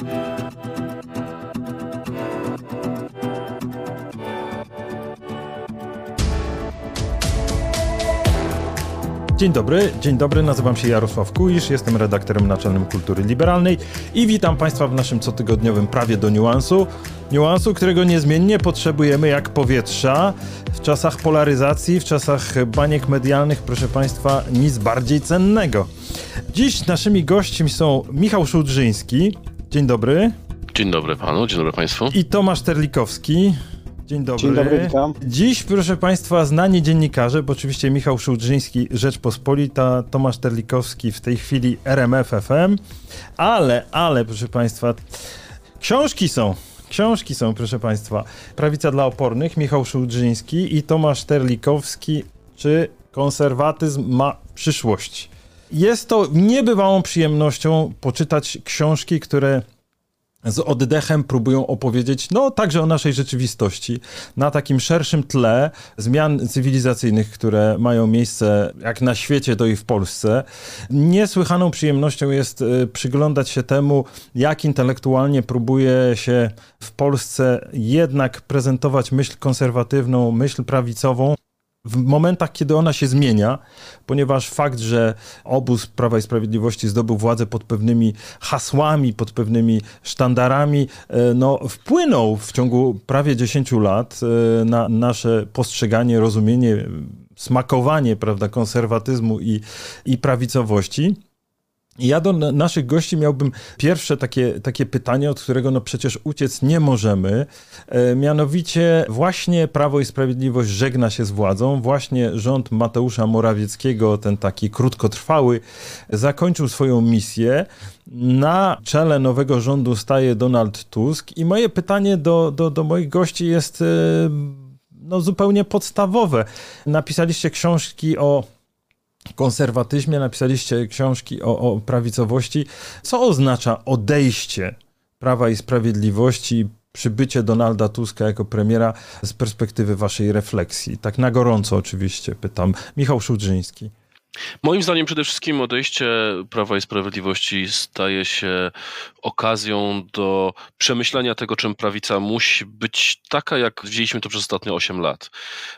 Dzień dobry, nazywam się Jarosław Kuisz, jestem redaktorem naczelnym Kultury Liberalnej i witam Państwa w naszym cotygodniowym Prawie do Niuansu. Niuansu, którego niezmiennie potrzebujemy jak powietrza. W czasach polaryzacji, w czasach baniek medialnych, proszę Państwa, nic bardziej cennego. Dziś naszymi gośćmi są Michał Szułdrzyński. Dzień dobry. Dzień dobry panu, dzień dobry państwu. I Tomasz Terlikowski. Dzień dobry. Dzień dobry, witam. Dziś, proszę Państwa, znani dziennikarze, bo oczywiście Michał Szułdrzyński, Rzeczpospolita, Tomasz Terlikowski w tej chwili RMF FM, ale, proszę Państwa, książki są, proszę Państwa. Prawica dla opornych, Michał Szułdrzyński i Tomasz Terlikowski, czy konserwatyzm ma przyszłość? Jest to niebywałą przyjemnością poczytać książki, które z oddechem próbują opowiedzieć, także o naszej rzeczywistości, na takim szerszym tle zmian cywilizacyjnych, które mają miejsce jak na świecie, to i w Polsce. Niesłychaną przyjemnością jest przyglądać się temu, jak intelektualnie próbuje się w Polsce jednak prezentować myśl konserwatywną, myśl prawicową, w momentach, kiedy ona się zmienia, ponieważ fakt, że obóz Prawa i Sprawiedliwości zdobył władzę pod pewnymi hasłami, pod pewnymi sztandarami, wpłynął w ciągu prawie 10 lat na nasze postrzeganie, rozumienie, smakowanie, prawda, konserwatyzmu i prawicowości. Ja do naszych gości miałbym pierwsze takie pytanie, od którego przecież uciec nie możemy. Mianowicie właśnie Prawo i Sprawiedliwość żegna się z władzą. Właśnie rząd Mateusza Morawieckiego, ten taki krótkotrwały, zakończył swoją misję. Na czele nowego rządu staje Donald Tusk. I moje pytanie do moich gości jest zupełnie podstawowe. Napisaliście książki o konserwatyzmie, napisaliście książki o prawicowości. Co oznacza odejście Prawa i Sprawiedliwości, przybycie Donalda Tuska jako premiera z perspektywy waszej refleksji? Tak na gorąco oczywiście pytam. Michał Szułdrzyński. Moim zdaniem przede wszystkim odejście Prawa i Sprawiedliwości staje się okazją do przemyślenia tego, czym prawica musi być taka, jak widzieliśmy to przez ostatnie 8 lat.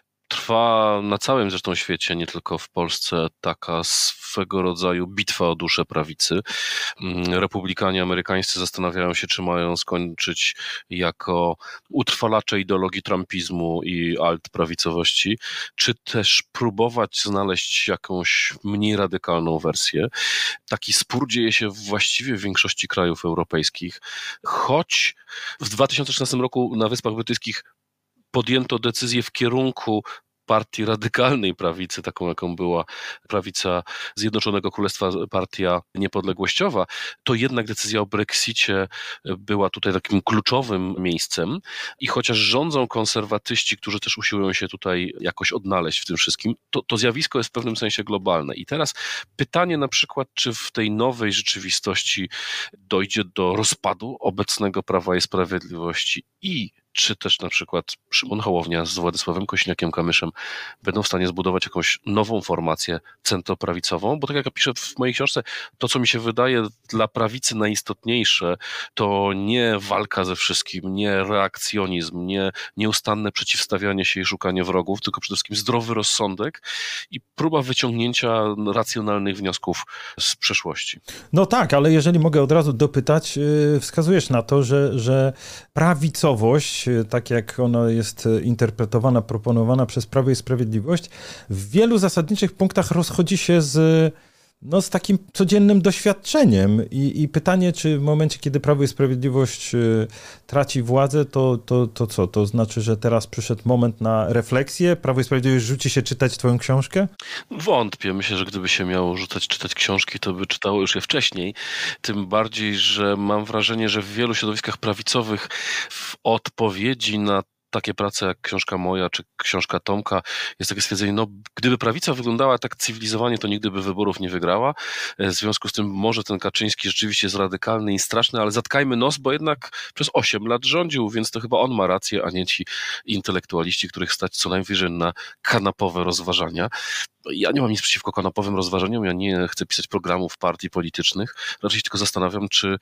Trwa na całym zresztą świecie, nie tylko w Polsce, taka swego rodzaju bitwa o duszę prawicy. Republikanie amerykańscy zastanawiają się, czy mają skończyć jako utrwalacze ideologii trumpizmu i alt-prawicowości, czy też próbować znaleźć jakąś mniej radykalną wersję. Taki spór dzieje się właściwie w większości krajów europejskich, choć w 2016 roku na Wyspach Brytyjskich podjęto decyzję w kierunku partii radykalnej prawicy, taką jaką była prawica Zjednoczonego Królestwa, partia niepodległościowa, to jednak decyzja o Brexicie była tutaj takim kluczowym miejscem i chociaż rządzą konserwatyści, którzy też usiłują się tutaj jakoś odnaleźć w tym wszystkim, to zjawisko jest w pewnym sensie globalne. I teraz pytanie na przykład, czy w tej nowej rzeczywistości dojdzie do rozpadu obecnego Prawa i Sprawiedliwości i czy też na przykład Szymon Hołownia z Władysławem Kosiniakiem-Kamyszem będą w stanie zbudować jakąś nową formację centroprawicową, bo tak jak ja piszę w mojej książce, to co mi się wydaje dla prawicy najistotniejsze, to nie walka ze wszystkim, nie reakcjonizm, nie nieustanne przeciwstawianie się i szukanie wrogów, tylko przede wszystkim zdrowy rozsądek i próba wyciągnięcia racjonalnych wniosków z przeszłości. No tak, ale jeżeli mogę od razu dopytać, wskazujesz na to, że prawicowość, tak jak ona jest interpretowana, proponowana przez Prawo i Sprawiedliwość, w wielu zasadniczych punktach rozchodzi się z takim codziennym doświadczeniem. I pytanie, czy w momencie, kiedy Prawo i Sprawiedliwość traci władzę, to co? To znaczy, że teraz przyszedł moment na refleksję? Prawo i Sprawiedliwość rzuci się czytać twoją książkę? Wątpię. Myślę, że gdyby się miało czytać książki, to by czytało już je wcześniej. Tym bardziej, że mam wrażenie, że w wielu środowiskach prawicowych w odpowiedzi na takie prace jak książka moja czy książka Tomka, jest takie stwierdzenie, gdyby prawica wyglądała tak cywilizowanie, to nigdy by wyborów nie wygrała. W związku z tym może ten Kaczyński rzeczywiście jest radykalny i straszny, ale zatkajmy nos, bo jednak przez 8 lat rządził, więc to chyba on ma rację, a nie ci intelektualiści, których stać co najwyżej na kanapowe rozważania. Ja nie mam nic przeciwko kanapowym rozważaniom, ja nie chcę pisać programów partii politycznych, raczej tylko zastanawiam, czy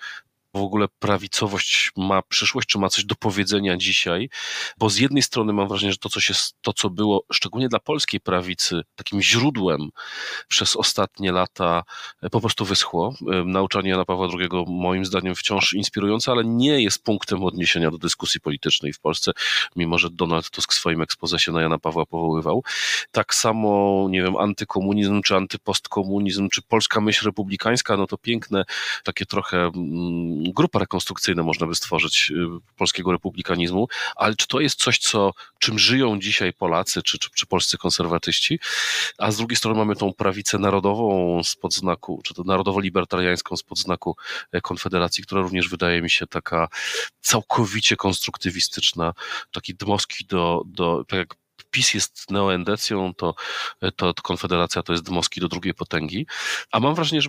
w ogóle prawicowość ma przyszłość, czy ma coś do powiedzenia dzisiaj, bo z jednej strony mam wrażenie, że to, co było szczególnie dla polskiej prawicy takim źródłem przez ostatnie lata, po prostu wyschło. Nauczanie Jana Pawła II moim zdaniem wciąż inspirujące, ale nie jest punktem odniesienia do dyskusji politycznej w Polsce, mimo że Donald Tusk w swoim ekspoze się na Jana Pawła powoływał. Tak samo, nie wiem, antykomunizm, czy antypostkomunizm, czy polska myśl republikańska, no to piękne, takie trochę grupa rekonstrukcyjna można by stworzyć polskiego republikanizmu, ale czy to jest coś, czym żyją dzisiaj Polacy, czy polscy konserwatyści, a z drugiej strony mamy tą prawicę narodową spod znaku, czy to narodowo-libertariańską spod znaku Konfederacji, która również wydaje mi się taka całkowicie konstruktywistyczna, taki Dmowski tak jak PiS jest neoendecją, to Konfederacja to jest Dmowski do drugiej potęgi. A mam wrażenie,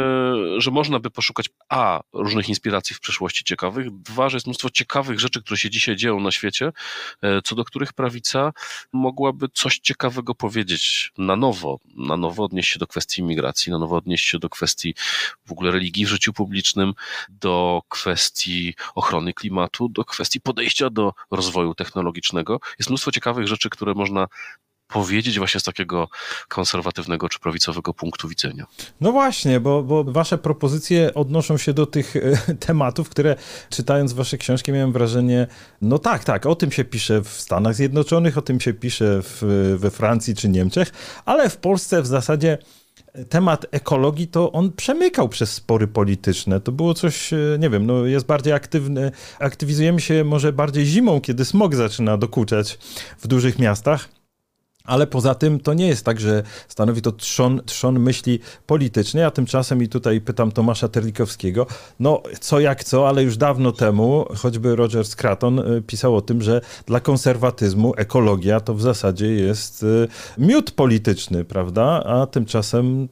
że można by poszukać różnych inspiracji w przeszłości ciekawych, że jest mnóstwo ciekawych rzeczy, które się dzisiaj dzieją na świecie, co do których prawica mogłaby coś ciekawego powiedzieć na nowo odnieść się do kwestii imigracji, na nowo odnieść się do kwestii w ogóle religii w życiu publicznym, do kwestii ochrony klimatu, do kwestii podejścia do rozwoju technologicznego. Jest mnóstwo ciekawych rzeczy, które można powiedzieć właśnie z takiego konserwatywnego czy prawicowego punktu widzenia. No właśnie, bo wasze propozycje odnoszą się do tych tematów, które czytając wasze książki miałem wrażenie, no tak, o tym się pisze w Stanach Zjednoczonych, o tym się pisze we Francji czy Niemczech, ale w Polsce w zasadzie temat ekologii to on przemykał przez spory polityczne. To było coś, nie wiem, no jest bardziej aktywny, aktywizujemy się może bardziej zimą, kiedy smog zaczyna dokuczać w dużych miastach. Ale poza tym to nie jest tak, że stanowi to trzon myśli politycznej, a tymczasem i tutaj pytam Tomasza Terlikowskiego, no co jak co, ale już dawno temu choćby Roger Scruton pisał o tym, że dla konserwatyzmu ekologia to w zasadzie jest miód polityczny, prawda? A tymczasem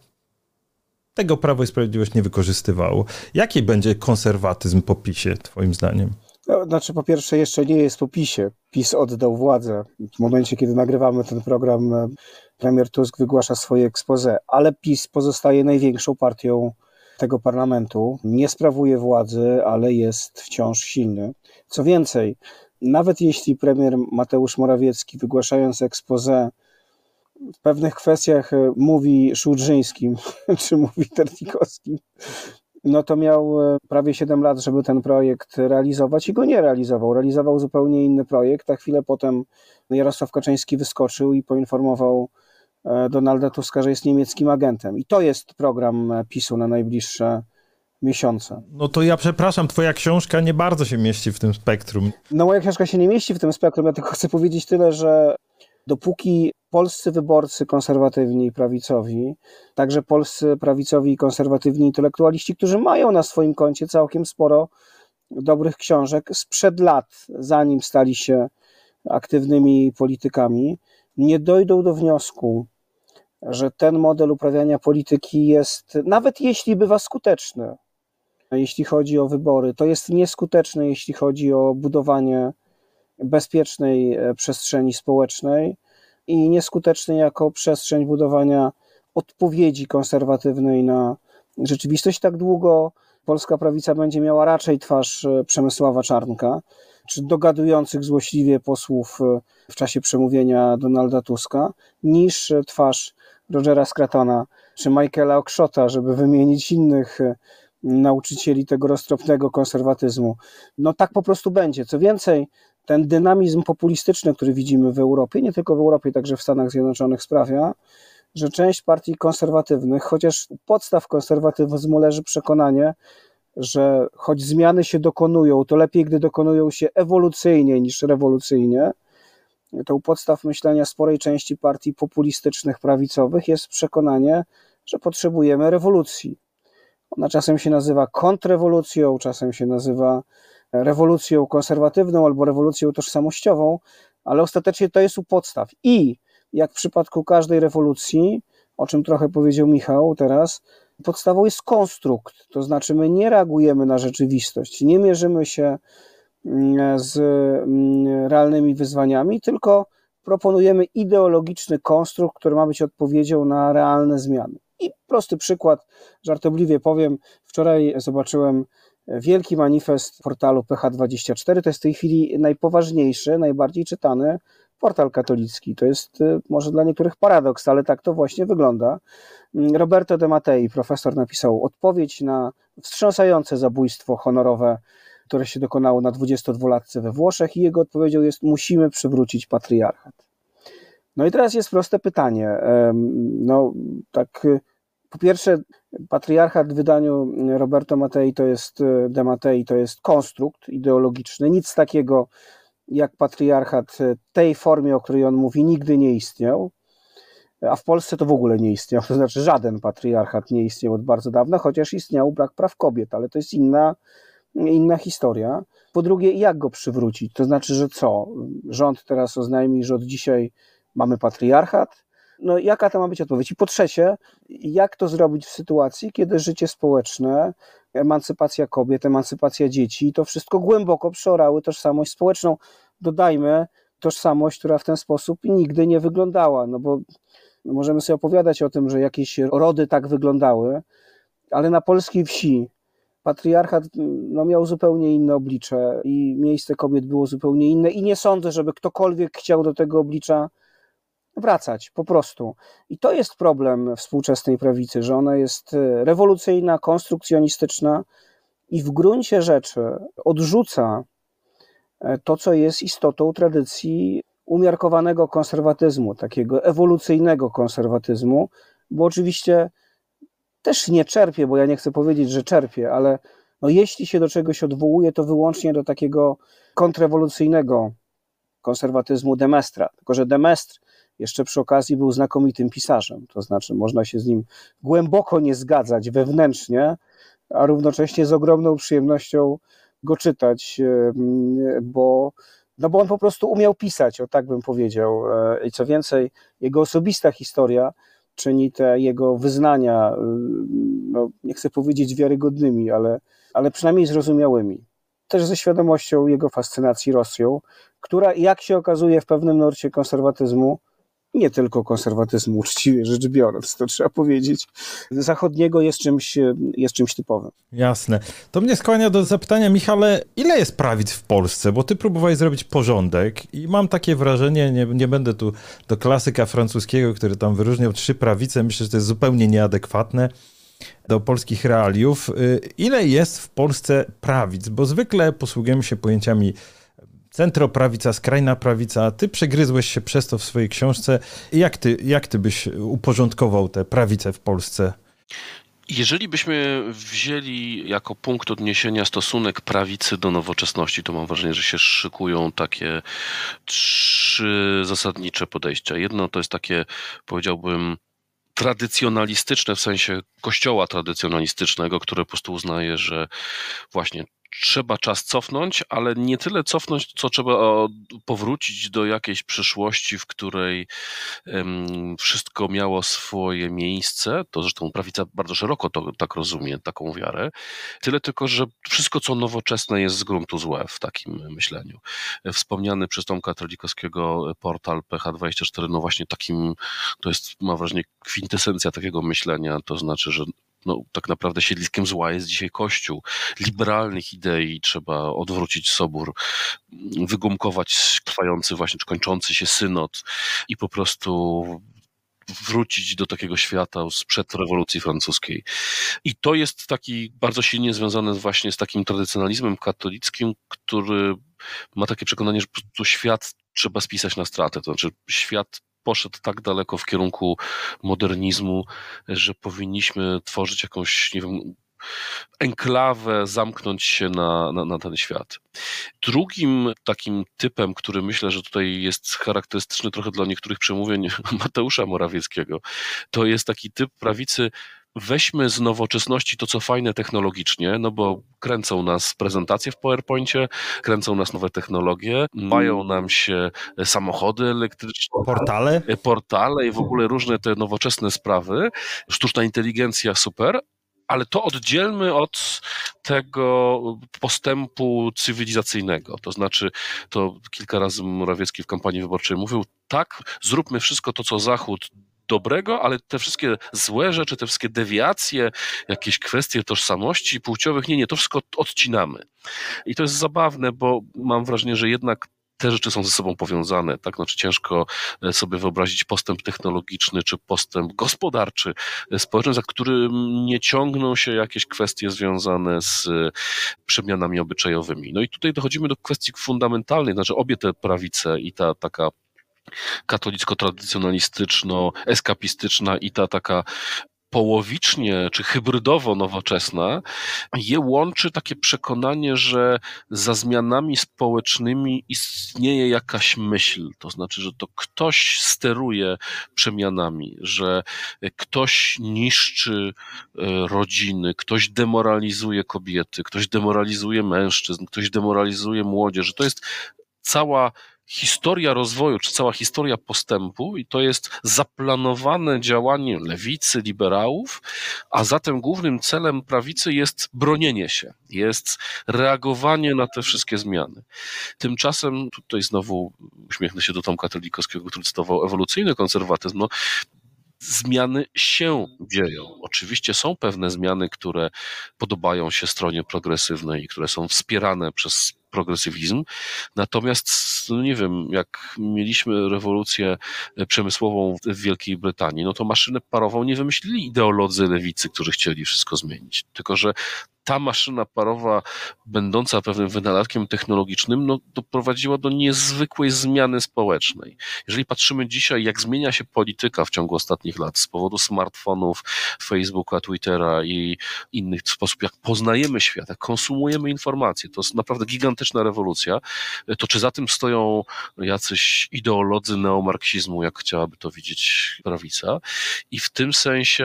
tego Prawo i Sprawiedliwość nie wykorzystywało. Jaki będzie konserwatyzm po PiS-ie, twoim zdaniem? No, znaczy, po pierwsze, jeszcze nie jest po PiS-ie. PiS oddał władzę. W momencie, kiedy nagrywamy ten program, premier Tusk wygłasza swoje expose, ale PiS pozostaje największą partią tego parlamentu. Nie sprawuje władzy, ale jest wciąż silny. Co więcej, nawet jeśli premier Mateusz Morawiecki, wygłaszając expose, w pewnych kwestiach mówi Szudrzyńskim, czy mówi Terlikowskim, no to miał prawie 7 lat, żeby ten projekt realizować i go nie realizował. Realizował zupełnie inny projekt, a chwilę potem Jarosław Kaczyński wyskoczył i poinformował Donalda Tuska, że jest niemieckim agentem. I to jest program PiS-u na najbliższe miesiące. No to ja przepraszam, twoja książka nie bardzo się mieści w tym spektrum. No moja książka się nie mieści w tym spektrum, ja tylko chcę powiedzieć tyle, że dopóki polscy wyborcy konserwatywni i prawicowi, także polscy prawicowi i konserwatywni intelektualiści, którzy mają na swoim koncie całkiem sporo dobrych książek sprzed lat, zanim stali się aktywnymi politykami, nie dojdą do wniosku, że ten model uprawiania polityki jest, nawet jeśli bywa skuteczny, jeśli chodzi o wybory, to jest nieskuteczny, jeśli chodzi o budowanie bezpiecznej przestrzeni społecznej i nieskuteczny jako przestrzeń budowania odpowiedzi konserwatywnej na rzeczywistość. Tak długo polska prawica będzie miała raczej twarz Przemysława Czarnka, czy dogadujących złośliwie posłów w czasie przemówienia Donalda Tuska, niż twarz Rogera Scrutona czy Michaela Oakeshota, żeby wymienić innych nauczycieli tego roztropnego konserwatyzmu. No tak po prostu będzie. Co więcej, ten dynamizm populistyczny, który widzimy w Europie, nie tylko w Europie, także w Stanach Zjednoczonych, sprawia, że część partii konserwatywnych, chociaż u podstaw konserwatyzmu leży przekonanie, że choć zmiany się dokonują, to lepiej, gdy dokonują się ewolucyjnie niż rewolucyjnie, to u podstaw myślenia sporej części partii populistycznych, prawicowych jest przekonanie, że potrzebujemy rewolucji. Ona czasem się nazywa kontrrewolucją, czasem się nazywa rewolucją konserwatywną albo rewolucją tożsamościową, ale ostatecznie to jest u podstaw. I jak w przypadku każdej rewolucji, o czym trochę powiedział Michał teraz, podstawą jest konstrukt, to znaczy my nie reagujemy na rzeczywistość, nie mierzymy się z realnymi wyzwaniami, tylko proponujemy ideologiczny konstrukt, który ma być odpowiedzią na realne zmiany. I prosty przykład, żartobliwie powiem, wczoraj zobaczyłem wielki manifest portalu PH24. To jest w tej chwili najpoważniejszy, najbardziej czytany portal katolicki. To jest może dla niektórych paradoks, ale tak to właśnie wygląda. Roberto De Mattei, profesor, napisał odpowiedź na wstrząsające zabójstwo honorowe, które się dokonało na 22-latce we Włoszech, i jego odpowiedzią jest: musimy przywrócić patriarchat. No i teraz jest proste pytanie. No tak, po pierwsze, patriarchat w wydaniu Roberto De Mattei to jest konstrukt ideologiczny. Nic takiego jak patriarchat w tej formie, o której on mówi, nigdy nie istniał. A w Polsce to w ogóle nie istniał. To znaczy żaden patriarchat nie istniał od bardzo dawna, chociaż istniał brak praw kobiet, ale to jest inna historia. Po drugie, jak go przywrócić? To znaczy, że co? Rząd teraz oznajmi, że od dzisiaj mamy patriarchat? No jaka to ma być odpowiedź? I po trzecie, jak to zrobić w sytuacji, kiedy życie społeczne, emancypacja kobiet, emancypacja dzieci, to wszystko głęboko przeorały tożsamość społeczną. Dodajmy, tożsamość, która w ten sposób nigdy nie wyglądała, no bo możemy sobie opowiadać o tym, że jakieś rody tak wyglądały, ale na polskiej wsi patriarchat miał zupełnie inne oblicze i miejsce kobiet było zupełnie inne i nie sądzę, żeby ktokolwiek chciał do tego oblicza wracać, po prostu. I to jest problem współczesnej prawicy, że ona jest rewolucyjna, konstrukcjonistyczna i w gruncie rzeczy odrzuca to, co jest istotą tradycji umiarkowanego konserwatyzmu, takiego ewolucyjnego konserwatyzmu, bo oczywiście też nie czerpie, bo ja nie chcę powiedzieć, że czerpie, ale jeśli się do czegoś odwołuje, to wyłącznie do takiego kontrrewolucyjnego konserwatyzmu de Maistre. Tylko że de Maistre jeszcze przy okazji był znakomitym pisarzem, to znaczy można się z nim głęboko nie zgadzać wewnętrznie, a równocześnie z ogromną przyjemnością go czytać, bo on po prostu umiał pisać, o tak bym powiedział. I co więcej, jego osobista historia czyni te jego wyznania, nie chcę powiedzieć wiarygodnymi, ale przynajmniej zrozumiałymi. Też ze świadomością jego fascynacji Rosją, która, jak się okazuje, w pewnym nurcie konserwatyzmu, nie tylko konserwatyzmu, uczciwie rzecz biorąc, to trzeba powiedzieć, zachodniego jest czymś typowym. Jasne. To mnie skłania do zapytania, Michale, ile jest prawic w Polsce? Bo ty próbowałeś zrobić porządek i mam takie wrażenie, nie będę tu do klasyka francuskiego, który tam wyróżniał 3 prawice, myślę, że to jest zupełnie nieadekwatne do polskich realiów. Ile jest w Polsce prawic? Bo zwykle posługujemy się pojęciami centroprawica, skrajna prawica. Ty przegryzłeś się przez to w swojej książce. Jak ty byś uporządkował tę prawicę w Polsce? Jeżeli byśmy wzięli jako punkt odniesienia stosunek prawicy do nowoczesności, to mam wrażenie, że się szykują takie 3 zasadnicze podejścia. Jedno to jest takie, powiedziałbym, tradycjonalistyczne, w sensie kościoła tradycjonalistycznego, które po prostu uznaje, że właśnie trzeba czas cofnąć, ale nie tyle cofnąć, co trzeba powrócić do jakiejś przyszłości, w której wszystko miało swoje miejsce. To zresztą prawica bardzo szeroko to tak rozumie, taką wiarę. Tyle tylko, że wszystko, co nowoczesne, jest z gruntu złe w takim myśleniu. Wspomniany przez Tomka Terlikowskiego portal PH24, no właśnie takim, to jest, mam wrażenie, kwintesencja takiego myślenia, to znaczy, że tak naprawdę siedliskiem zła jest dzisiaj Kościół. Liberalnych idei trzeba odwrócić sobór, wygumkować trwający właśnie, czy kończący się synod i po prostu wrócić do takiego świata sprzed rewolucji francuskiej. I to jest taki bardzo silnie związane właśnie z takim tradycjonalizmem katolickim, który ma takie przekonanie, że po prostu świat trzeba spisać na stratę. To znaczy świat poszedł tak daleko w kierunku modernizmu, że powinniśmy tworzyć jakąś, nie wiem, enklawę, zamknąć się na ten świat. Drugim takim typem, który myślę, że tutaj jest charakterystyczny trochę dla niektórych przemówień Mateusza Morawieckiego, to jest taki typ prawicy: weźmy z nowoczesności to, co fajne technologicznie, no bo kręcą nas prezentacje w PowerPoincie, kręcą nas nowe technologie, mają nam się samochody elektryczne, portale i w ogóle różne te nowoczesne sprawy, sztuczna inteligencja, super, ale to oddzielmy od tego postępu cywilizacyjnego. To znaczy, to kilka razy Morawiecki w kampanii wyborczej mówił, tak, zróbmy wszystko to, co Zachód dobrego, ale te wszystkie złe rzeczy, te wszystkie dewiacje, jakieś kwestie tożsamości płciowych, nie, to wszystko odcinamy. I to jest zabawne, bo mam wrażenie, że jednak te rzeczy są ze sobą powiązane, tak? Znaczy ciężko sobie wyobrazić postęp technologiczny czy postęp gospodarczy, społeczny, za którym nie ciągną się jakieś kwestie związane z przemianami obyczajowymi. No i tutaj dochodzimy do kwestii fundamentalnej, znaczy obie te prawice i ta taka katolicko-tradycjonalistyczno-eskapistyczna i ta taka połowicznie czy hybrydowo nowoczesna, je łączy takie przekonanie, że za zmianami społecznymi istnieje jakaś myśl, to znaczy, że to ktoś steruje przemianami, że ktoś niszczy rodziny, ktoś demoralizuje kobiety, ktoś demoralizuje mężczyzn, ktoś demoralizuje młodzież, że to jest cała historia rozwoju, czy cała historia postępu i to jest zaplanowane działanie lewicy, liberałów, a zatem głównym celem prawicy jest bronienie się, jest reagowanie na te wszystkie zmiany. Tymczasem, tutaj znowu uśmiechnę się do Tomka Terlikowskiego, który cytował ewolucyjny konserwatyzm, zmiany się dzieją. Oczywiście są pewne zmiany, które podobają się stronie progresywnej i które są wspierane przez progresywizm. Natomiast, nie wiem, jak mieliśmy rewolucję przemysłową w Wielkiej Brytanii, to maszynę parową nie wymyślili ideolodzy lewicy, którzy chcieli wszystko zmienić. Tylko że ta maszyna parowa, będąca pewnym wynalazkiem technologicznym, doprowadziła do niezwykłej zmiany społecznej. Jeżeli patrzymy dzisiaj, jak zmienia się polityka w ciągu ostatnich lat z powodu smartfonów, Facebooka, Twittera i innych sposób, jak poznajemy świat, jak konsumujemy informacje, to jest naprawdę gigantyczna rewolucja, to czy za tym stoją jacyś ideolodzy neomarksizmu, jak chciałaby to widzieć prawica? I w tym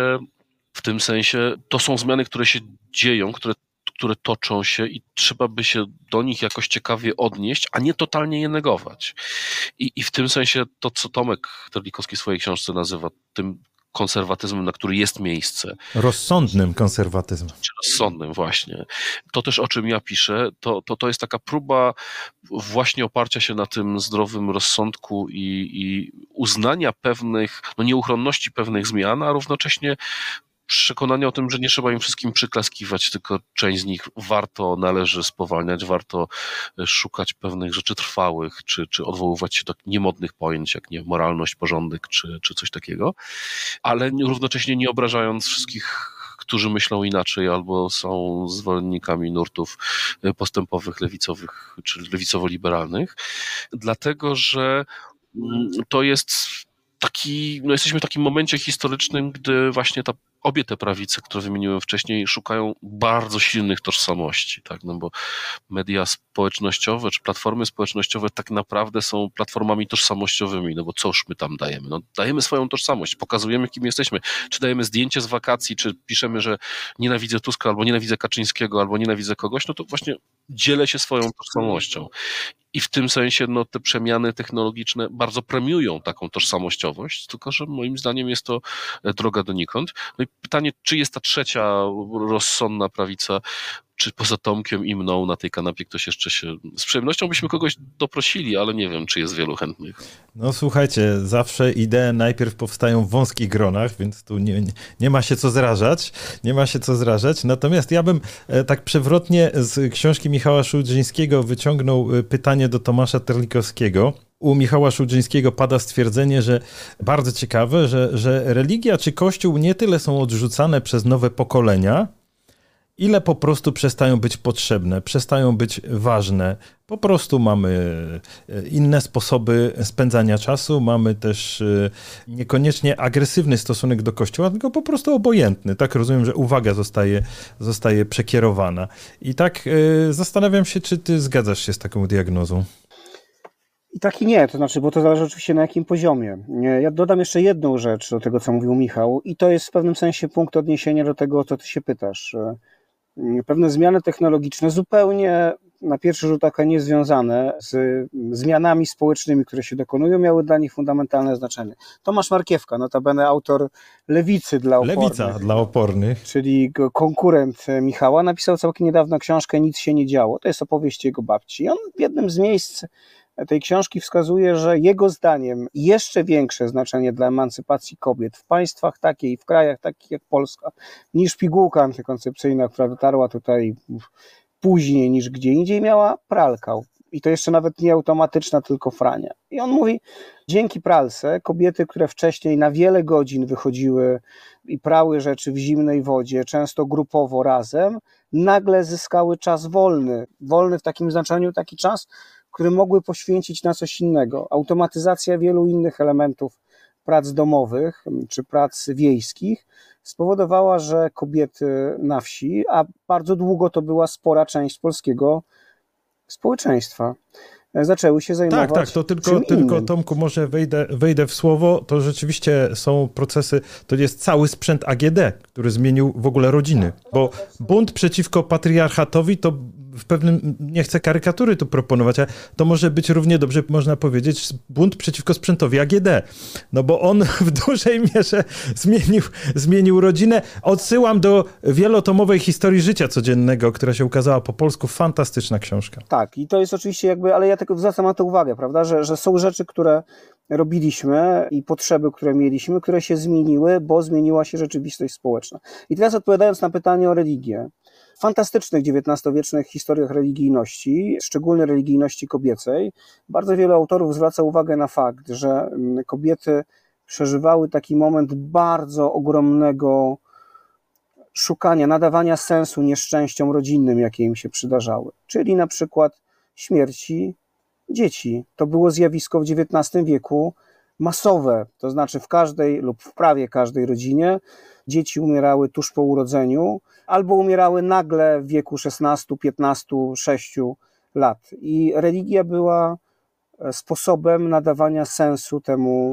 sensie to są zmiany, które się dzieją, które toczą się i trzeba by się do nich jakoś ciekawie odnieść, a nie totalnie je negować. I w tym sensie to, co Tomek Terlikowski w swojej książce nazywa tym konserwatyzmem, na który jest miejsce. Rozsądnym konserwatyzmem. Czy rozsądnym, właśnie. To też, o czym ja piszę, to jest taka próba właśnie oparcia się na tym zdrowym rozsądku i uznania pewnych, nieuchronności pewnych zmian, a równocześnie przekonania o tym, że nie trzeba im wszystkim przyklaskiwać, tylko część z nich należy spowalniać, warto szukać pewnych rzeczy trwałych, czy odwoływać się do niemodnych pojęć, jak moralność, porządek, czy coś takiego, ale równocześnie nie obrażając wszystkich, którzy myślą inaczej albo są zwolennikami nurtów postępowych, lewicowych czy lewicowo-liberalnych, dlatego że to jest jesteśmy w takim momencie historycznym, gdy właśnie obie te prawice, które wymieniłem wcześniej, szukają bardzo silnych tożsamości, tak? Bo media społecznościowe, czy platformy społecznościowe tak naprawdę są platformami tożsamościowymi, bo cóż my tam dajemy? Dajemy swoją tożsamość, pokazujemy, kim jesteśmy. Czy dajemy zdjęcie z wakacji, czy piszemy, że nienawidzę Tuska, albo nienawidzę Kaczyńskiego, albo nienawidzę kogoś, to właśnie dzielę się swoją tożsamością. I w tym sensie te przemiany technologiczne bardzo premiują taką tożsamościowość, tylko że moim zdaniem jest to droga donikąd. No i pytanie, czy jest ta trzecia rozsądna prawica, czy poza Tomkiem i mną na tej kanapie ktoś jeszcze się... Z przyjemnością byśmy kogoś doprosili, ale nie wiem, czy jest wielu chętnych. Słuchajcie, zawsze idee najpierw powstają w wąskich gronach, więc tu nie ma się co zrażać. Nie ma się co zrażać. Natomiast ja bym tak przewrotnie z książki Michała Szułdrzyńskiego wyciągnął pytanie do Tomasza Terlikowskiego. U Michała Szułdrzyńskiego pada stwierdzenie, że bardzo ciekawe, że religia czy Kościół nie tyle są odrzucane przez nowe pokolenia, ile po prostu przestają być potrzebne, przestają być ważne. Po prostu mamy inne sposoby spędzania czasu, mamy też niekoniecznie agresywny stosunek do Kościoła, tylko po prostu obojętny. Tak rozumiem, że uwaga zostaje przekierowana. I tak zastanawiam się, czy ty zgadzasz się z taką diagnozą? I tak i nie, to znaczy, bo to zależy oczywiście na jakim poziomie. Ja dodam jeszcze jedną rzecz do tego, co mówił Michał, i to jest w pewnym sensie punkt odniesienia do tego, o co ty się pytasz. Pewne zmiany technologiczne zupełnie na pierwszy rzut oka niezwiązane z zmianami społecznymi, które się dokonują, miały dla nich fundamentalne znaczenie. Tomasz Markiewka, notabene autor Lewicy dla opornych. Lewica dla opornych. Czyli konkurent Michała, napisał całkiem niedawno książkę Nic się nie działo. To jest opowieść jego babci. I on w jednym z miejsc tej książki wskazuje, że jego zdaniem jeszcze większe znaczenie dla emancypacji kobiet w państwach takiej, w krajach takich jak Polska, niż pigułka antykoncepcyjna, która dotarła tutaj później niż gdzie indziej, miała pralka. I to jeszcze nawet nie automatyczna, tylko frania. I on mówi, dzięki pralce kobiety, które wcześniej na wiele godzin wychodziły i prały rzeczy w zimnej wodzie, często grupowo razem, nagle zyskały czas wolny. Wolny w takim znaczeniu taki czas, który mogły poświęcić na coś innego. Automatyzacja wielu innych elementów prac domowych czy prac wiejskich spowodowała, że kobiety na wsi, a bardzo długo to była spora część polskiego społeczeństwa, zaczęły się zajmować Tak, to tylko Tomku, może wejdę w słowo, to rzeczywiście są procesy, to jest cały sprzęt AGD, który zmienił w ogóle rodziny, bo bunt przeciwko patriarchatowi to w pewnym, nie chcę karykatury tu proponować, ale to może być równie dobrze, można powiedzieć, bunt przeciwko sprzętowi AGD, no bo on w dużej mierze zmienił rodzinę. Odsyłam do wielotomowej historii życia codziennego, która się ukazała po polsku, fantastyczna książka. Tak, i to jest oczywiście jakby, ale ja tylko zwracam na to uwagę, prawda, że są rzeczy, które robiliśmy i potrzeby, które mieliśmy, które się zmieniły, bo zmieniła się rzeczywistość społeczna. I teraz odpowiadając na pytanie o religię, w fantastycznych XIX-wiecznych historiach religijności, szczególnie religijności kobiecej, bardzo wielu autorów zwraca uwagę na fakt, że kobiety przeżywały taki moment bardzo ogromnego szukania, nadawania sensu nieszczęściom rodzinnym, jakie im się przydarzały. Czyli na przykład śmierci dzieci. To było zjawisko w XIX wieku masowe, to znaczy w każdej lub w prawie każdej rodzinie dzieci umierały tuż po urodzeniu albo umierały nagle w wieku 16, 15, 6 lat. I religia była sposobem nadawania sensu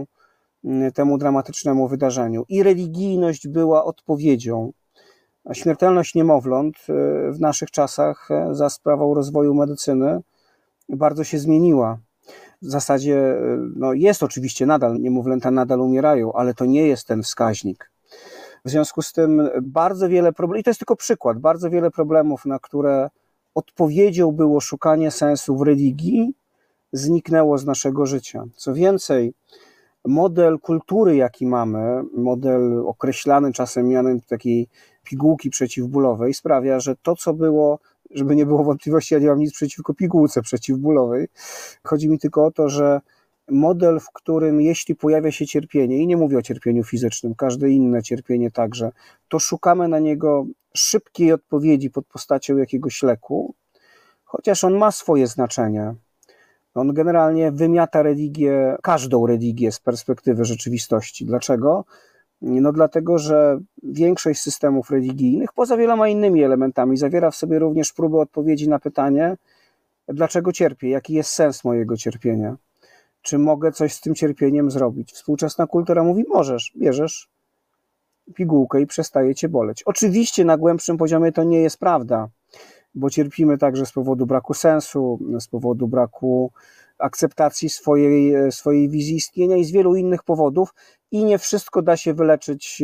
temu dramatycznemu wydarzeniu. I religijność była odpowiedzią. Śmiertelność niemowląt w naszych czasach za sprawą rozwoju medycyny bardzo się zmieniła. W zasadzie jest oczywiście niemowlęta nadal umierają, ale to nie jest ten wskaźnik. W związku z tym bardzo wiele problemów, i to jest tylko przykład, bardzo wiele problemów, na które odpowiedzią było szukanie sensu w religii, zniknęło z naszego życia. Co więcej, model kultury, jaki mamy, model określany czasem mianem takiej pigułki przeciwbólowej, sprawia, że to, co było, żeby nie było wątpliwości, ja nie mam nic przeciwko pigułce przeciwbólowej. Chodzi mi tylko o to, że model, w którym jeśli pojawia się cierpienie, i nie mówię o cierpieniu fizycznym, każde inne cierpienie także, to szukamy na niego szybkiej odpowiedzi pod postacią jakiegoś leku, chociaż on ma swoje znaczenie. On generalnie wymiata religię, każdą religię z perspektywy rzeczywistości. Dlaczego? No dlatego, że większość systemów religijnych, poza wieloma innymi elementami, zawiera w sobie również próbę odpowiedzi na pytanie, dlaczego cierpię, jaki jest sens mojego cierpienia, czy mogę coś z tym cierpieniem zrobić. Współczesna kultura mówi, możesz, bierzesz pigułkę i przestaje cię boleć. Oczywiście na głębszym poziomie to nie jest prawda, bo cierpimy także z powodu braku sensu, z powodu braku akceptacji swojej wizji istnienia i z wielu innych powodów i nie wszystko da się wyleczyć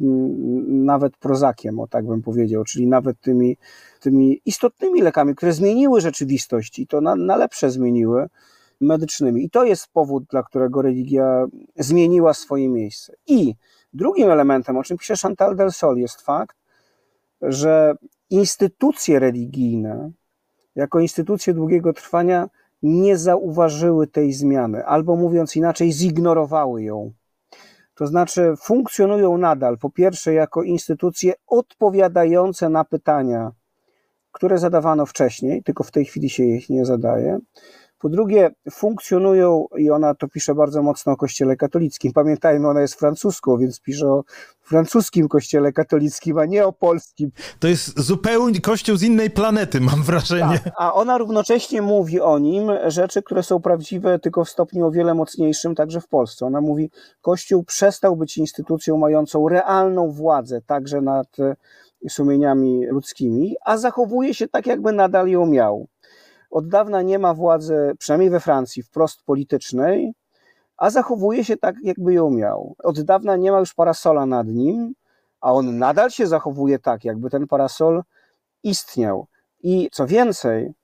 nawet prozakiem, o tak bym powiedział, czyli nawet tymi istotnymi lekami, które zmieniły rzeczywistość i to na lepsze zmieniły, medycznymi. I to jest powód, dla którego religia zmieniła swoje miejsce. I drugim elementem, o czym pisze Chantal Delsol, jest fakt, że instytucje religijne, jako instytucje długiego trwania, nie zauważyły tej zmiany, albo mówiąc inaczej, zignorowały ją. To znaczy funkcjonują nadal, po pierwsze, jako instytucje odpowiadające na pytania, które zadawano wcześniej, tylko w tej chwili się ich nie zadaje. Po drugie, funkcjonują, i ona to pisze bardzo mocno o Kościele katolickim. Pamiętajmy, ona jest francuską, więc pisze o francuskim Kościele katolickim, a nie o polskim. To jest zupełnie Kościół z innej planety, mam wrażenie. Tak, a ona równocześnie mówi o nim rzeczy, które są prawdziwe tylko w stopniu o wiele mocniejszym, także w Polsce. Ona mówi, Kościół przestał być instytucją mającą realną władzę także nad sumieniami ludzkimi, a zachowuje się tak, jakby nadal ją miał. Od dawna nie ma władzy, przynajmniej we Francji, wprost politycznej, a zachowuje się tak, jakby ją miał. Od dawna nie ma już parasola nad nim, a on nadal się zachowuje tak, jakby ten parasol istniał. I co więcej,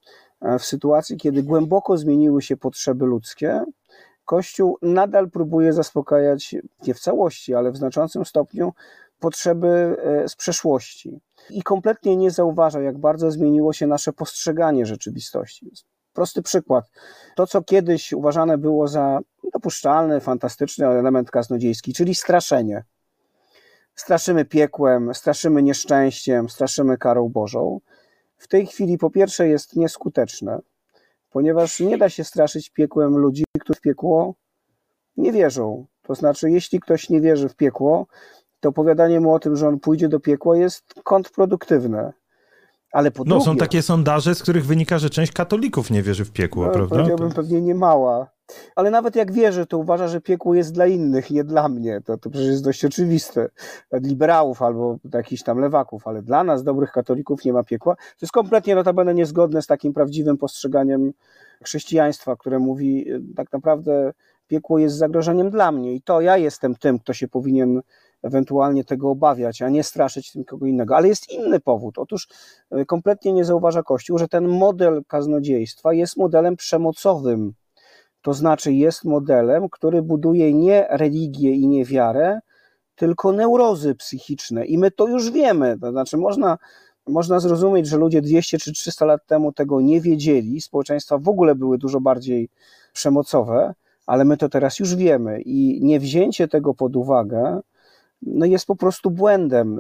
w sytuacji, kiedy głęboko zmieniły się potrzeby ludzkie, Kościół nadal próbuje zaspokajać, nie w całości, ale w znaczącym stopniu, potrzeby z przeszłości. I kompletnie nie zauważa, jak bardzo zmieniło się nasze postrzeganie rzeczywistości. Prosty przykład. To, co kiedyś uważane było za dopuszczalny, fantastyczny element kaznodziejski, czyli straszenie. Straszymy piekłem, straszymy nieszczęściem, straszymy karą Bożą. W tej chwili po pierwsze jest nieskuteczne, ponieważ nie da się straszyć piekłem ludzi, którzy w piekło nie wierzą. To znaczy, jeśli ktoś nie wierzy w piekło, to opowiadanie mu o tym, że on pójdzie do piekła, jest kontrproduktywne. Ale po drugie, są takie sondaże, z których wynika, że część katolików nie wierzy w piekło, prawda? Powiedziałbym pewnie nie mała. Ale nawet jak wierzy, to uważa, że piekło jest dla innych, nie dla mnie. To przecież jest dość oczywiste. Dla liberałów albo jakichś tam lewaków, ale dla nas, dobrych katolików, nie ma piekła. To jest kompletnie notabene niezgodne z takim prawdziwym postrzeganiem chrześcijaństwa, które mówi, tak naprawdę piekło jest zagrożeniem dla mnie i to ja jestem tym, kto się powinien ewentualnie tego obawiać, a nie straszyć tym kogo innego. Ale jest inny powód. Otóż kompletnie nie zauważa Kościół, że ten model kaznodziejstwa jest modelem przemocowym. To znaczy jest modelem, który buduje nie religię i nie wiarę, tylko neurozy psychiczne. I my to już wiemy. To znaczy można zrozumieć, że ludzie 200 czy 300 lat temu tego nie wiedzieli. Społeczeństwa w ogóle były dużo bardziej przemocowe, ale my to teraz już wiemy. I niewzięcie tego pod uwagę jest po prostu błędem.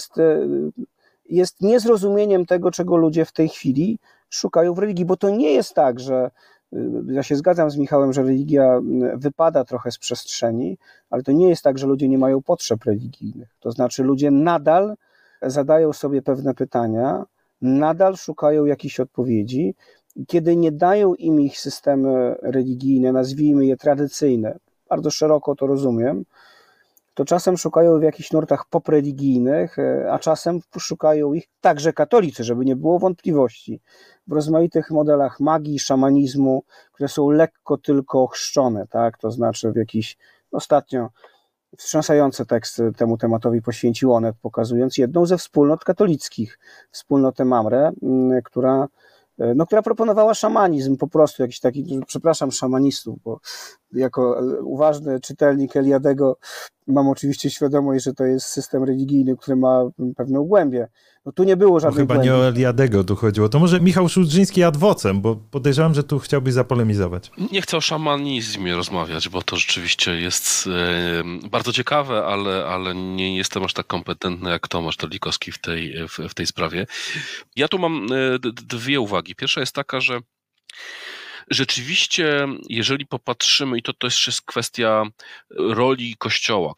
Jest niezrozumieniem tego, czego ludzie w tej chwili szukają w religii. Bo to nie jest tak, że ja się zgadzam z Michałem, że religia wypada trochę z przestrzeni, ale to nie jest tak, że ludzie nie mają potrzeb religijnych. To znaczy ludzie nadal zadają sobie pewne pytania, nadal szukają jakichś odpowiedzi. Kiedy nie dają im ich systemy religijne, nazwijmy je tradycyjne, bardzo szeroko to rozumiem, to czasem szukają w jakichś nurtach popreligijnych, a czasem szukają ich także katolicy, żeby nie było wątpliwości, w rozmaitych modelach magii, szamanizmu, które są lekko tylko chrzczone, tak? To znaczy w jakiś, ostatnio wstrząsające teksty temu tematowi poświęcił Onet, pokazując jedną ze wspólnot katolickich, wspólnotę Mamre, która proponowała szamanizm, po prostu jakiś taki, przepraszam szamanistów, bo jako uważny czytelnik Eliadego mam oczywiście świadomość, że to jest system religijny, który ma pewną głębię. Tu nie było żadnej chyba głębi. nie o Eliadego tu chodziło. To może Michał Szudrzyński ad vocem, bo podejrzewam, że tu chciałbyś zapolemizować. Nie chcę o szamanizmie rozmawiać, bo to rzeczywiście jest bardzo ciekawe, ale nie jestem aż tak kompetentny jak Tomasz Terlikowski w tej sprawie. Ja tu mam dwie uwagi. Pierwsza jest taka, że rzeczywiście, jeżeli popatrzymy, i to też jest kwestia roli Kościoła,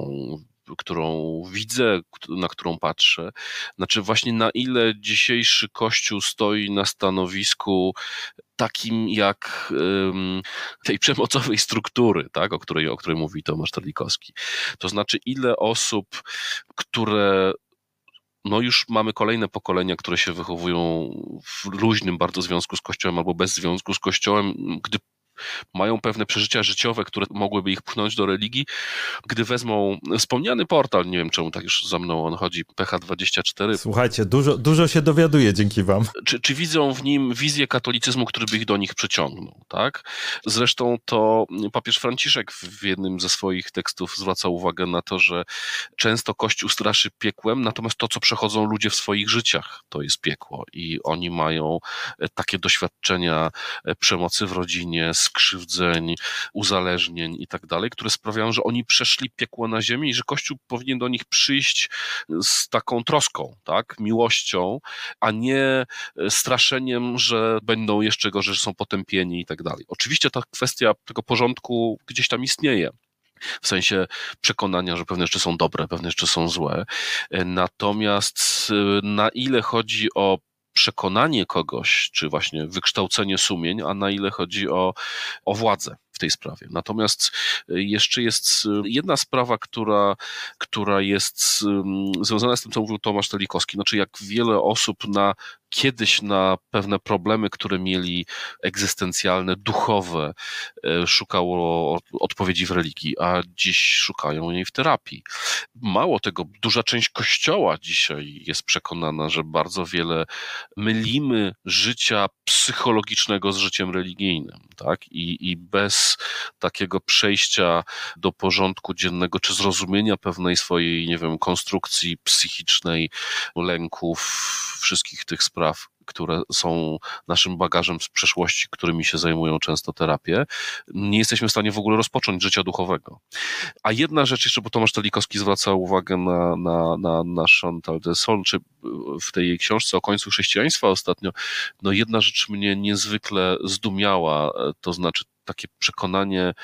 którą widzę, na którą patrzę, znaczy właśnie na ile dzisiejszy Kościół stoi na stanowisku takim jak tej przemocowej struktury, tak, o której mówi Tomasz Terlikowski. To znaczy ile osób, które już mamy kolejne pokolenia, które się wychowują w luźnym bardzo związku z Kościołem albo bez związku z Kościołem, gdy mają pewne przeżycia życiowe, które mogłyby ich pchnąć do religii, gdy wezmą wspomniany portal, nie wiem czemu tak już za mną on chodzi, PH24. Słuchajcie, dużo się dowiaduje dzięki wam. Czy widzą w nim wizję katolicyzmu, który by ich do nich przyciągnął, tak? Zresztą to papież Franciszek w jednym ze swoich tekstów zwraca uwagę na to, że często Kościół straszy piekłem, natomiast to, co przechodzą ludzie w swoich życiach, to jest piekło i oni mają takie doświadczenia przemocy w rodzinie, skrzywdzeń, uzależnień i tak dalej, które sprawiają, że oni przeszli piekło na ziemi i że Kościół powinien do nich przyjść z taką troską, tak, miłością, a nie straszeniem, że będą jeszcze gorzej, że są potępieni i tak dalej. Oczywiście ta kwestia tego porządku gdzieś tam istnieje. W sensie przekonania, że pewne rzeczy są dobre, pewne rzeczy są złe. Natomiast na ile chodzi o przekonanie kogoś, czy właśnie wykształcenie sumień, a na ile chodzi o władzę. w tej sprawie. Natomiast jeszcze jest jedna sprawa, która jest związana z tym, co mówił Tomasz Telikowski. Znaczy, jak wiele osób kiedyś na pewne problemy, które mieli egzystencjalne, duchowe, szukało odpowiedzi w religii, a dziś szukają jej w terapii. Mało tego, duża część Kościoła dzisiaj jest przekonana, że bardzo wiele mylimy życia psychologicznego z życiem religijnym, tak? I bez takiego przejścia do porządku dziennego, czy zrozumienia pewnej swojej, nie wiem, konstrukcji psychicznej, lęków, wszystkich tych spraw, które są naszym bagażem z przeszłości, którymi się zajmują często terapie, nie jesteśmy w stanie w ogóle rozpocząć życia duchowego. A jedna rzecz jeszcze, bo Tomasz Telikowski zwraca uwagę na Chantal Delsol, czy w tej jej książce o końcu chrześcijaństwa ostatnio, no jedna rzecz mnie niezwykle zdumiała, to znaczy takie przekonanie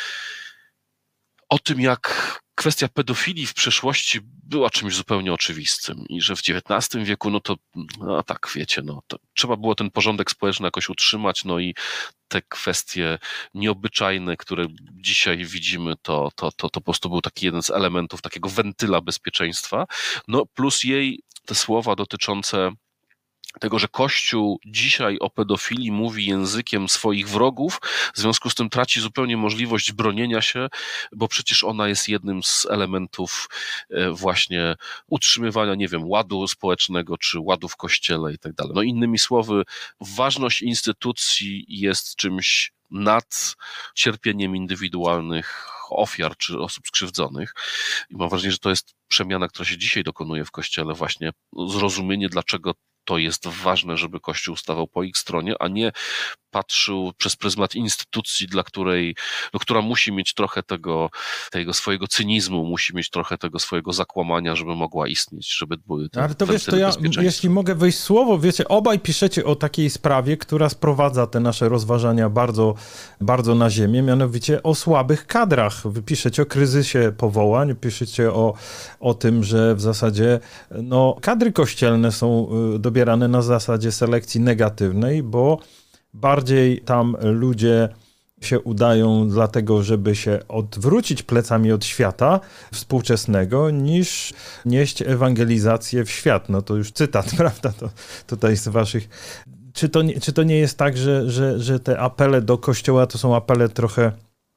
o tym, jak kwestia pedofilii w przeszłości była czymś zupełnie oczywistym i że w XIX wieku, no to, no tak wiecie, no to trzeba było ten porządek społeczny jakoś utrzymać, no i te kwestie nieobyczajne, które dzisiaj widzimy, to po prostu był taki jeden z elementów takiego wentyla bezpieczeństwa, no plus jej te słowa dotyczące tego, że Kościół dzisiaj o pedofilii mówi językiem swoich wrogów, w związku z tym traci zupełnie możliwość bronienia się, bo przecież ona jest jednym z elementów właśnie utrzymywania, nie wiem, ładu społecznego, czy ładu w Kościele i tak dalej. No innymi słowy, ważność instytucji jest czymś nad cierpieniem indywidualnych ofiar, czy osób skrzywdzonych. I mam wrażenie, że to jest przemiana, która się dzisiaj dokonuje w Kościele, właśnie zrozumienie, dlaczego to jest ważne, żeby Kościół stawał po ich stronie, a nie patrzył przez pryzmat instytucji, która musi mieć trochę tego swojego cynizmu, musi mieć trochę tego swojego zakłamania, żeby mogła istnieć, żeby były te ale to wiesz, to ja, bezpieczeństwa. jeśli mogę wejść w słowo, wiecie, obaj piszecie o takiej sprawie, która sprowadza te nasze rozważania bardzo, bardzo na ziemię, mianowicie o słabych kadrach. Wy piszecie o kryzysie powołań, piszecie o tym, że w zasadzie no, kadry kościelne są dobierane na zasadzie selekcji negatywnej, bo bardziej tam ludzie się udają dlatego, żeby się odwrócić plecami od świata współczesnego, niż nieść ewangelizację w świat. No to już cytat, prawda, to tutaj z waszych... Czy to nie jest tak, że te apele do Kościoła to są apele trochę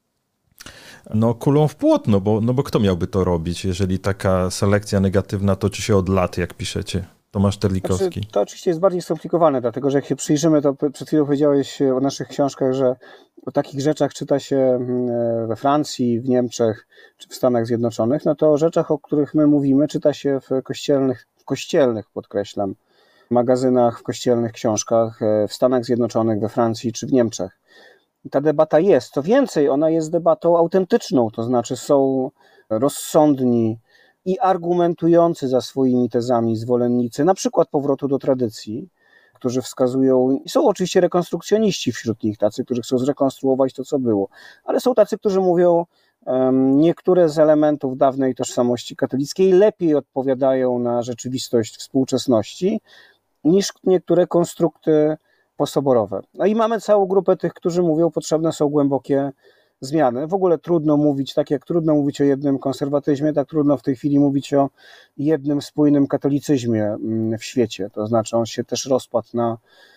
no, kulą w płot, no bo kto miałby to robić, jeżeli taka selekcja negatywna toczy się od lat, jak piszecie? Tomasz Terlikowski. Znaczy, to oczywiście jest bardziej skomplikowane, dlatego że jak się przyjrzymy, to przed chwilą powiedziałeś o naszych książkach, że o takich rzeczach czyta się we Francji, w Niemczech czy w Stanach Zjednoczonych, no to o rzeczach, o których my mówimy, czyta się w kościelnych, podkreślam, magazynach, w kościelnych książkach w Stanach Zjednoczonych, we Francji czy w Niemczech. I ta debata jest. Co więcej, ona jest debatą autentyczną, to znaczy są rozsądni i argumentujący za swoimi tezami zwolennicy, na przykład powrotu do tradycji, którzy wskazują, i są oczywiście rekonstrukcjoniści wśród nich, tacy, którzy chcą zrekonstruować to, co było, ale są tacy, którzy mówią, niektóre z elementów dawnej tożsamości katolickiej lepiej odpowiadają na rzeczywistość współczesności niż niektóre konstrukty posoborowe. No i mamy całą grupę tych, którzy mówią, potrzebne są głębokie zmiany. W ogóle trudno mówić, tak jak trudno mówić o jednym konserwatyzmie, tak trudno w tej chwili mówić o jednym spójnym katolicyzmie w świecie. To znaczy on się też rozpadł na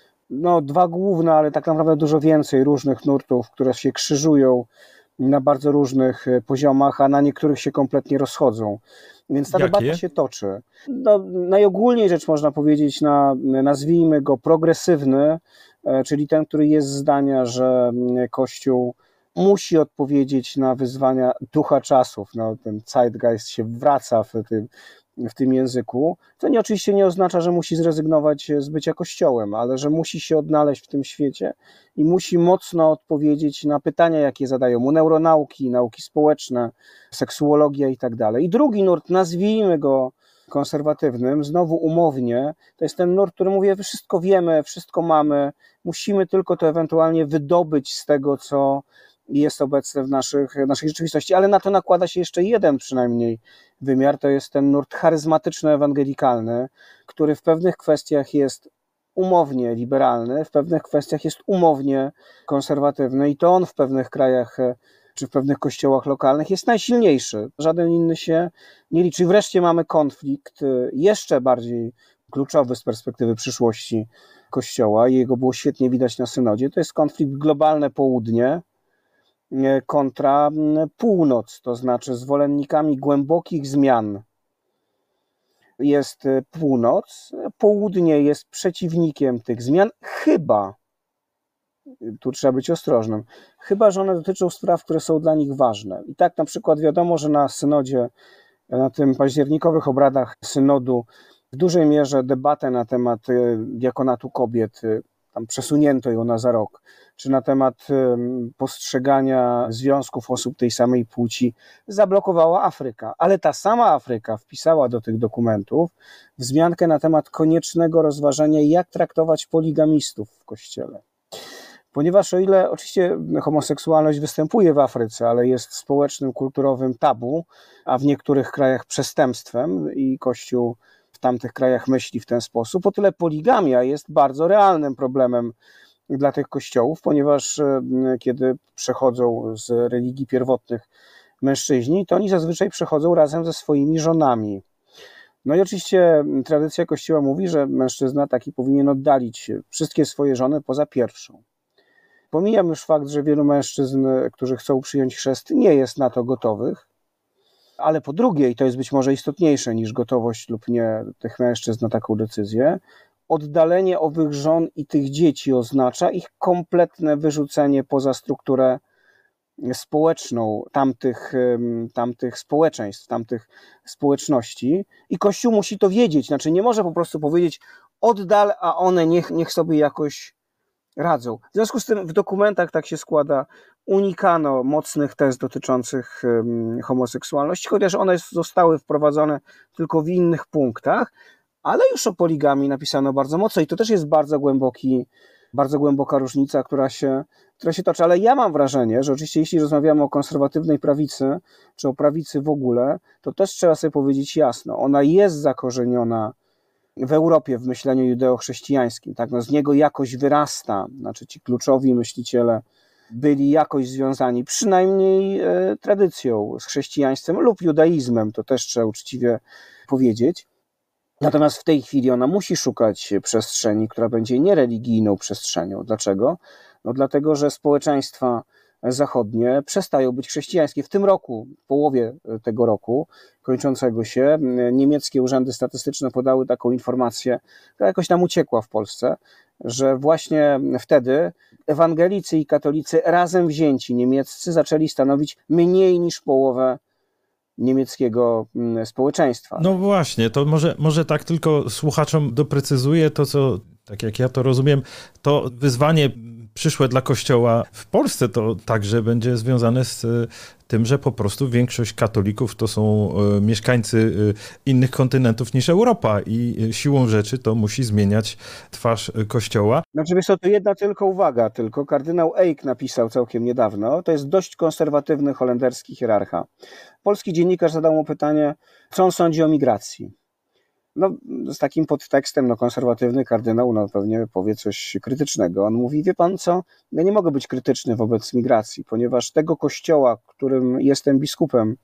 dwa główne, ale tak naprawdę dużo więcej różnych nurtów, które się krzyżują na bardzo różnych poziomach, a na niektórych się kompletnie rozchodzą. Więc ta debata się toczy. No, najogólniej rzecz można powiedzieć, nazwijmy go progresywny, czyli ten, który jest zdania, że Kościół musi odpowiedzieć na wyzwania ducha czasów. No, ten zeitgeist się wraca w tym języku. To oczywiście nie oznacza, że musi zrezygnować z bycia Kościołem, ale że musi się odnaleźć w tym świecie i musi mocno odpowiedzieć na pytania, jakie zadają mu neuronauki, nauki społeczne, seksuologia i tak dalej. I drugi nurt, nazwijmy go konserwatywnym, znowu umownie, to jest ten nurt, który mówi, wszystko wiemy, wszystko mamy, musimy tylko to ewentualnie wydobyć z tego, co jest obecne w naszej rzeczywistości, ale na to nakłada się jeszcze jeden przynajmniej wymiar, to jest ten nurt charyzmatyczno-ewangelikalny, który w pewnych kwestiach jest umownie liberalny, w pewnych kwestiach jest umownie konserwatywny i to on w pewnych krajach czy w pewnych kościołach lokalnych jest najsilniejszy. Żaden inny się nie liczy. I wreszcie mamy konflikt jeszcze bardziej kluczowy z perspektywy przyszłości Kościoła i jego było świetnie widać na synodzie. To jest konflikt globalne południe kontra północ, to znaczy zwolennikami głębokich zmian jest północ, południe jest przeciwnikiem tych zmian, chyba, tu trzeba być ostrożnym, chyba że one dotyczą spraw, które są dla nich ważne. I tak na przykład wiadomo, że na synodzie, na tym październikowych obradach synodu w dużej mierze debatę na temat diakonatu kobiet, tam przesunięto ją na za rok, czy na temat postrzegania związków osób tej samej płci zablokowała Afryka. Ale ta sama Afryka wpisała do tych dokumentów wzmiankę na temat koniecznego rozważenia, jak traktować poligamistów w Kościele. Ponieważ o ile oczywiście homoseksualność występuje w Afryce, ale jest społecznym, kulturowym tabu, a w niektórych krajach przestępstwem i Kościół w tamtych krajach myśli w ten sposób, o tyle poligamia jest bardzo realnym problemem dla tych kościołów, ponieważ kiedy przechodzą z religii pierwotnych mężczyźni, to oni zazwyczaj przechodzą razem ze swoimi żonami. No i oczywiście tradycja Kościoła mówi, że mężczyzna taki powinien oddalić wszystkie swoje żony poza pierwszą. Pomijam już fakt, że wielu mężczyzn, którzy chcą przyjąć chrzest, nie jest na to gotowych, ale po drugie, i to jest być może istotniejsze niż gotowość lub nie tych mężczyzn na taką decyzję, oddalenie owych żon i tych dzieci oznacza ich kompletne wyrzucenie poza strukturę społeczną tamtych społeczeństw, tamtych społeczności i Kościół musi to wiedzieć, znaczy nie może po prostu powiedzieć oddal, a one niech sobie jakoś radzą. W związku z tym w dokumentach tak się składa, unikano mocnych tez dotyczących homoseksualności, chociaż one zostały wprowadzone tylko w innych punktach, ale już o poligamii napisano bardzo mocno i to też jest bardzo głęboka różnica, która się toczy. Ale ja mam wrażenie, że oczywiście jeśli rozmawiamy o konserwatywnej prawicy, czy o prawicy w ogóle, to też trzeba sobie powiedzieć jasno, ona jest zakorzeniona w Europie w myśleniu judeo-chrześcijańskim. Tak? No z niego jakoś wyrasta, znaczy ci kluczowi myśliciele byli jakoś związani przynajmniej tradycją z chrześcijaństwem lub judaizmem, to też trzeba uczciwie powiedzieć. Natomiast w tej chwili ona musi szukać przestrzeni, która będzie niereligijną przestrzenią. Dlaczego? No dlatego, że społeczeństwa zachodnie przestają być chrześcijańskie. W tym roku, w połowie tego roku kończącego się, niemieckie urzędy statystyczne podały taką informację, która jakoś nam uciekła w Polsce, że właśnie wtedy ewangelicy i katolicy razem wzięci niemieccy zaczęli stanowić mniej niż połowę niemieckiego społeczeństwa. No właśnie, to może tak tylko słuchaczom doprecyzuję to, co, tak jak ja to rozumiem, to wyzwanie przyszłe dla Kościoła w Polsce to także będzie związane z tym, że po prostu większość katolików to są mieszkańcy innych kontynentów niż Europa i siłą rzeczy to musi zmieniać twarz Kościoła. Znaczy wiesz co, to jedna tylko uwaga, tylko kardynał Eijk napisał całkiem niedawno, to jest dość konserwatywny holenderski hierarcha. Polski dziennikarz zadał mu pytanie, co on sądzi o migracji. No, z takim podtekstem, konserwatywny kardynał, pewnie powie coś krytycznego. On mówi, wie pan co, ja nie mogę być krytyczny wobec migracji, ponieważ tego kościoła, którym jestem biskupem,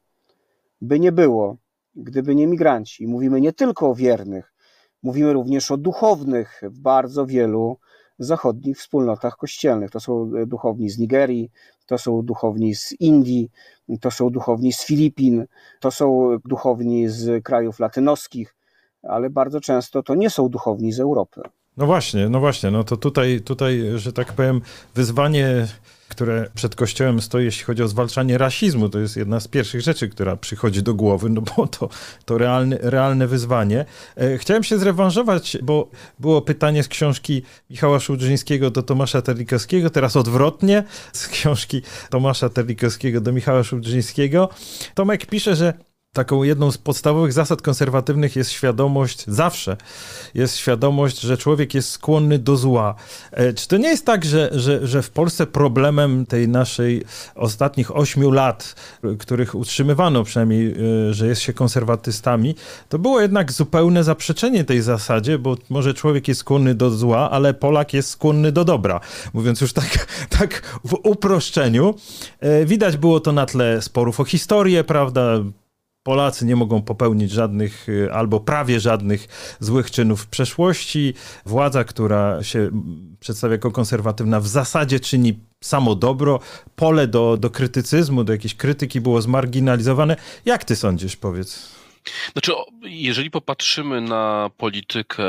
by nie było, gdyby nie migranci. Mówimy nie tylko o wiernych, mówimy również o duchownych w bardzo wielu zachodnich wspólnotach kościelnych. To są duchowni z Nigerii, to są duchowni z Indii, to są duchowni z Filipin, to są duchowni z krajów latynoskich, ale bardzo często to nie są duchowni z Europy. No właśnie, no to tutaj, że tak powiem, wyzwanie, które przed Kościołem stoi, jeśli chodzi o zwalczanie rasizmu, to jest jedna z pierwszych rzeczy, która przychodzi do głowy, no bo to realne wyzwanie. Chciałem się zrewanżować, bo było pytanie z książki Michała Szułdrzyńskiego do Tomasza Terlikowskiego, teraz odwrotnie, z książki Tomasza Terlikowskiego do Michała Szułdrzyńskiego. Tomek pisze, że taką jedną z podstawowych zasad konserwatywnych jest świadomość, zawsze jest świadomość, że człowiek jest skłonny do zła. Czy to nie jest tak, że w Polsce problemem tej naszej ostatnich 8 lat, których utrzymywano przynajmniej, że jest się konserwatystami, to było jednak zupełne zaprzeczenie tej zasadzie, bo może człowiek jest skłonny do zła, ale Polak jest skłonny do dobra. Mówiąc już tak w uproszczeniu. Widać było to na tle sporów o historię, prawda? Polacy nie mogą popełnić żadnych albo prawie żadnych złych czynów w przeszłości. Władza, która się przedstawia jako konserwatywna, w zasadzie czyni samo dobro. Pole do krytycyzmu, do jakiejś krytyki było zmarginalizowane. Jak ty sądzisz, powiedz? Znaczy, jeżeli popatrzymy na politykę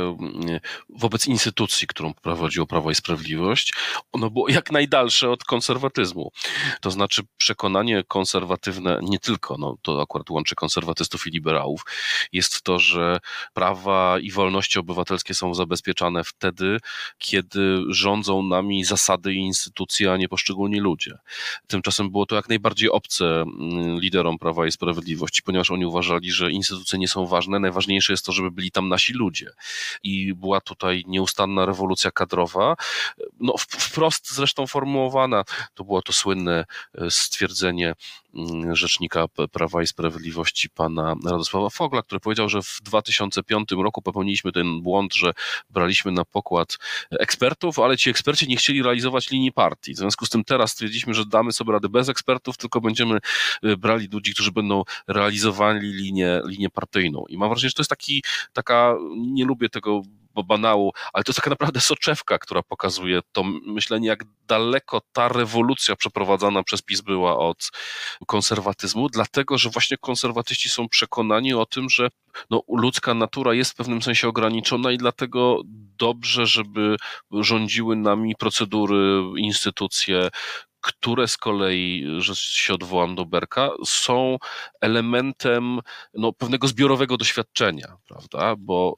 wobec instytucji, którą prowadziło Prawo i Sprawiedliwość, ono było jak najdalsze od konserwatyzmu. To znaczy przekonanie konserwatywne, nie tylko, no, to akurat łączy konserwatystów i liberałów, jest to, że prawa i wolności obywatelskie są zabezpieczane wtedy, kiedy rządzą nami zasady i instytucje, a nie poszczególni ludzie. Tymczasem było to jak najbardziej obce liderom Prawa i Sprawiedliwości, ponieważ oni uważali, że instytucje nie są ważne, najważniejsze jest to, żeby byli tam nasi ludzie. I była tutaj nieustanna rewolucja kadrowa, no wprost zresztą formułowana. To było to słynne stwierdzenie rzecznika Prawa i Sprawiedliwości pana Radosława Fogla, który powiedział, że w 2005 roku popełniliśmy ten błąd, że braliśmy na pokład ekspertów, ale ci eksperci nie chcieli realizować linii partii. W związku z tym teraz stwierdziliśmy, że damy sobie radę bez ekspertów, tylko będziemy brali ludzi, którzy będą realizowali linię partyjną. I mam wrażenie, że to jest taka, nie lubię tego banału, ale to jest taka naprawdę soczewka, która pokazuje to myślenie, jak daleko ta rewolucja przeprowadzana przez PiS była od konserwatyzmu, dlatego, że właśnie konserwatyści są przekonani o tym, że no, ludzka natura jest w pewnym sensie ograniczona i dlatego dobrze, żeby rządziły nami procedury, instytucje, które z kolei, że się odwołam do Berka, są elementem no, pewnego zbiorowego doświadczenia, prawda? Bo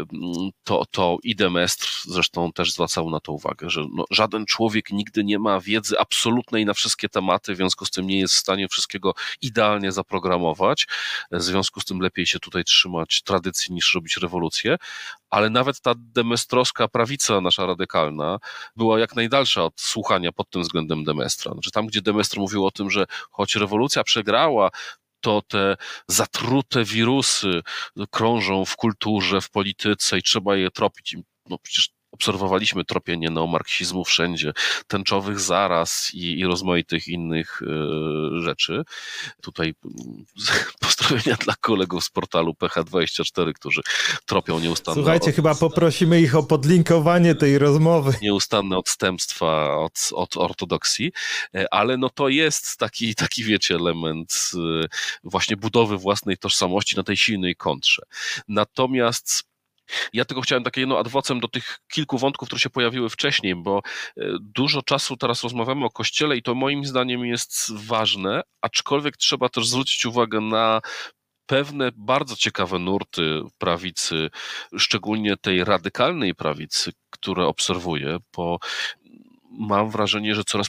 to i Demestr zresztą też zwracał na to uwagę, że no, żaden człowiek nigdy nie ma wiedzy absolutnej na wszystkie tematy, w związku z tym nie jest w stanie wszystkiego idealnie zaprogramować, w związku z tym lepiej się tutaj trzymać tradycji niż robić rewolucję, ale nawet ta demestrowska prawica nasza radykalna była jak najdalsza od słuchania pod tym względem Demestra. Znaczy tam, gdzie Demestr mówił o tym, że choć rewolucja przegrała, to te zatrute wirusy krążą w kulturze, w polityce i trzeba je tropić. No przecież obserwowaliśmy tropienie neomarksizmu wszędzie, tęczowych zaraz i rozmaitych innych rzeczy. Tutaj pozdrowienia dla kolegów z portalu PH24, którzy tropią nieustannie. Słuchajcie, chyba poprosimy ich o podlinkowanie tej rozmowy. Nieustanne odstępstwa od ortodoksji, ale no to jest taki wiecie, element właśnie budowy własnej tożsamości na tej silnej kontrze. Natomiast ja tylko chciałem takie jedno ad vocem do tych kilku wątków, które się pojawiły wcześniej, bo dużo czasu teraz rozmawiamy o Kościele i to moim zdaniem jest ważne, aczkolwiek trzeba też zwrócić uwagę na pewne bardzo ciekawe nurty prawicy, szczególnie tej radykalnej prawicy, które obserwuję, bo mam wrażenie, że coraz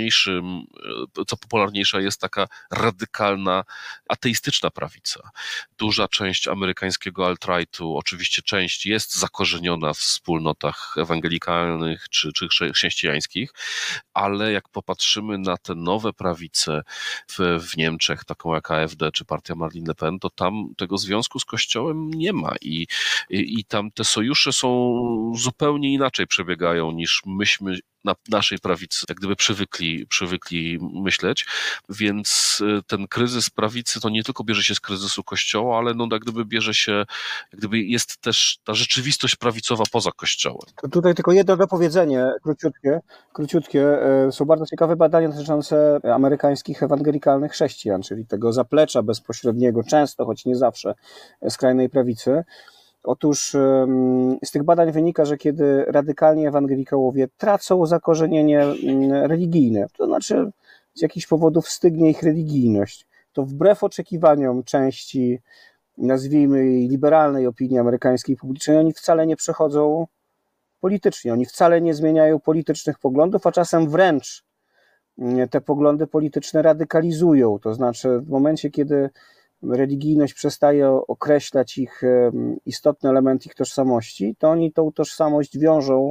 popularniejsza jest taka radykalna, ateistyczna prawica. Duża część amerykańskiego alt-rightu, oczywiście część jest zakorzeniona w wspólnotach ewangelikalnych czy chrześcijańskich, ale jak popatrzymy na te nowe prawice w Niemczech, taką jak AfD czy partia Marine Le Pen, to tam tego związku z Kościołem nie ma i tam te sojusze są zupełnie inaczej przebiegają niż myśmy na naszej prawicy jak gdyby przywykli myśleć, więc ten kryzys prawicy to nie tylko bierze się z kryzysu Kościoła, ale no jak gdyby bierze się, jak gdyby jest też ta rzeczywistość prawicowa poza Kościołem. To tutaj tylko jedno dopowiedzenie, króciutkie. Są bardzo ciekawe badania dotyczące amerykańskich ewangelikalnych chrześcijan, czyli tego zaplecza bezpośredniego, często, choć nie zawsze, skrajnej prawicy. Otóż z tych badań wynika, że kiedy radykalni ewangelikałowie tracą zakorzenienie religijne, to znaczy z jakichś powodów stygnie ich religijność, to wbrew oczekiwaniom części, nazwijmy jej liberalnej opinii amerykańskiej publicznej, oni wcale nie przechodzą politycznie, oni wcale nie zmieniają politycznych poglądów, a czasem wręcz te poglądy polityczne radykalizują, to znaczy w momencie, kiedy religijność przestaje określać ich istotny element ich tożsamości, to oni tą tożsamość wiążą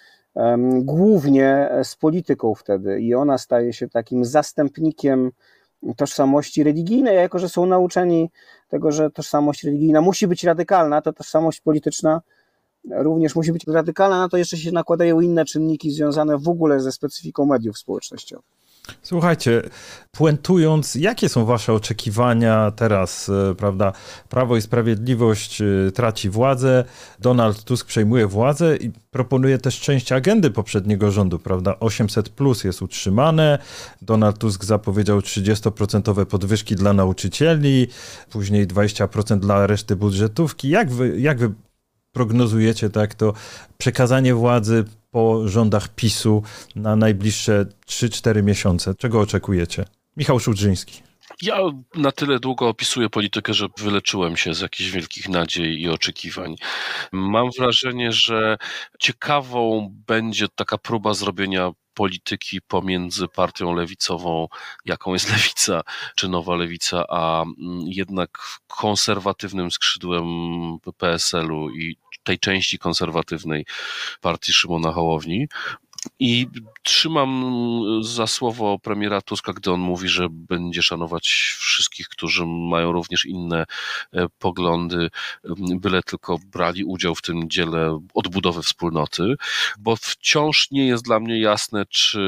głównie z polityką wtedy i ona staje się takim zastępnikiem tożsamości religijnej, a jako że są nauczeni tego, że tożsamość religijna musi być radykalna, to tożsamość polityczna również musi być radykalna, na to jeszcze się nakładają inne czynniki związane w ogóle ze specyfiką mediów społecznościowych. Słuchajcie, puentując, jakie są wasze oczekiwania teraz, prawda? Prawo i Sprawiedliwość traci władzę, Donald Tusk przejmuje władzę i proponuje też część agendy poprzedniego rządu, prawda? 800+ jest utrzymane, Donald Tusk zapowiedział 30% podwyżki dla nauczycieli, później 20% dla reszty budżetówki. Jak wy prognozujecie tak to przekazanie władzy po rządach PiS-u na najbliższe 3-4 miesiące? Czego oczekujecie? Michał Szudrzyński. Ja na tyle długo opisuję politykę, że wyleczyłem się z jakichś wielkich nadziei i oczekiwań. Mam wrażenie, że ciekawą będzie taka próba zrobienia polityki pomiędzy partią lewicową, jaką jest Lewica, czy Nowa Lewica, a jednak konserwatywnym skrzydłem PSL-u i tej części konserwatywnej partii Szymona Hołowni. I trzymam za słowo premiera Tuska, gdy on mówi, że będzie szanować wszystkich, którzy mają również inne poglądy, byle tylko brali udział w tym dziele odbudowy wspólnoty, bo wciąż nie jest dla mnie jasne,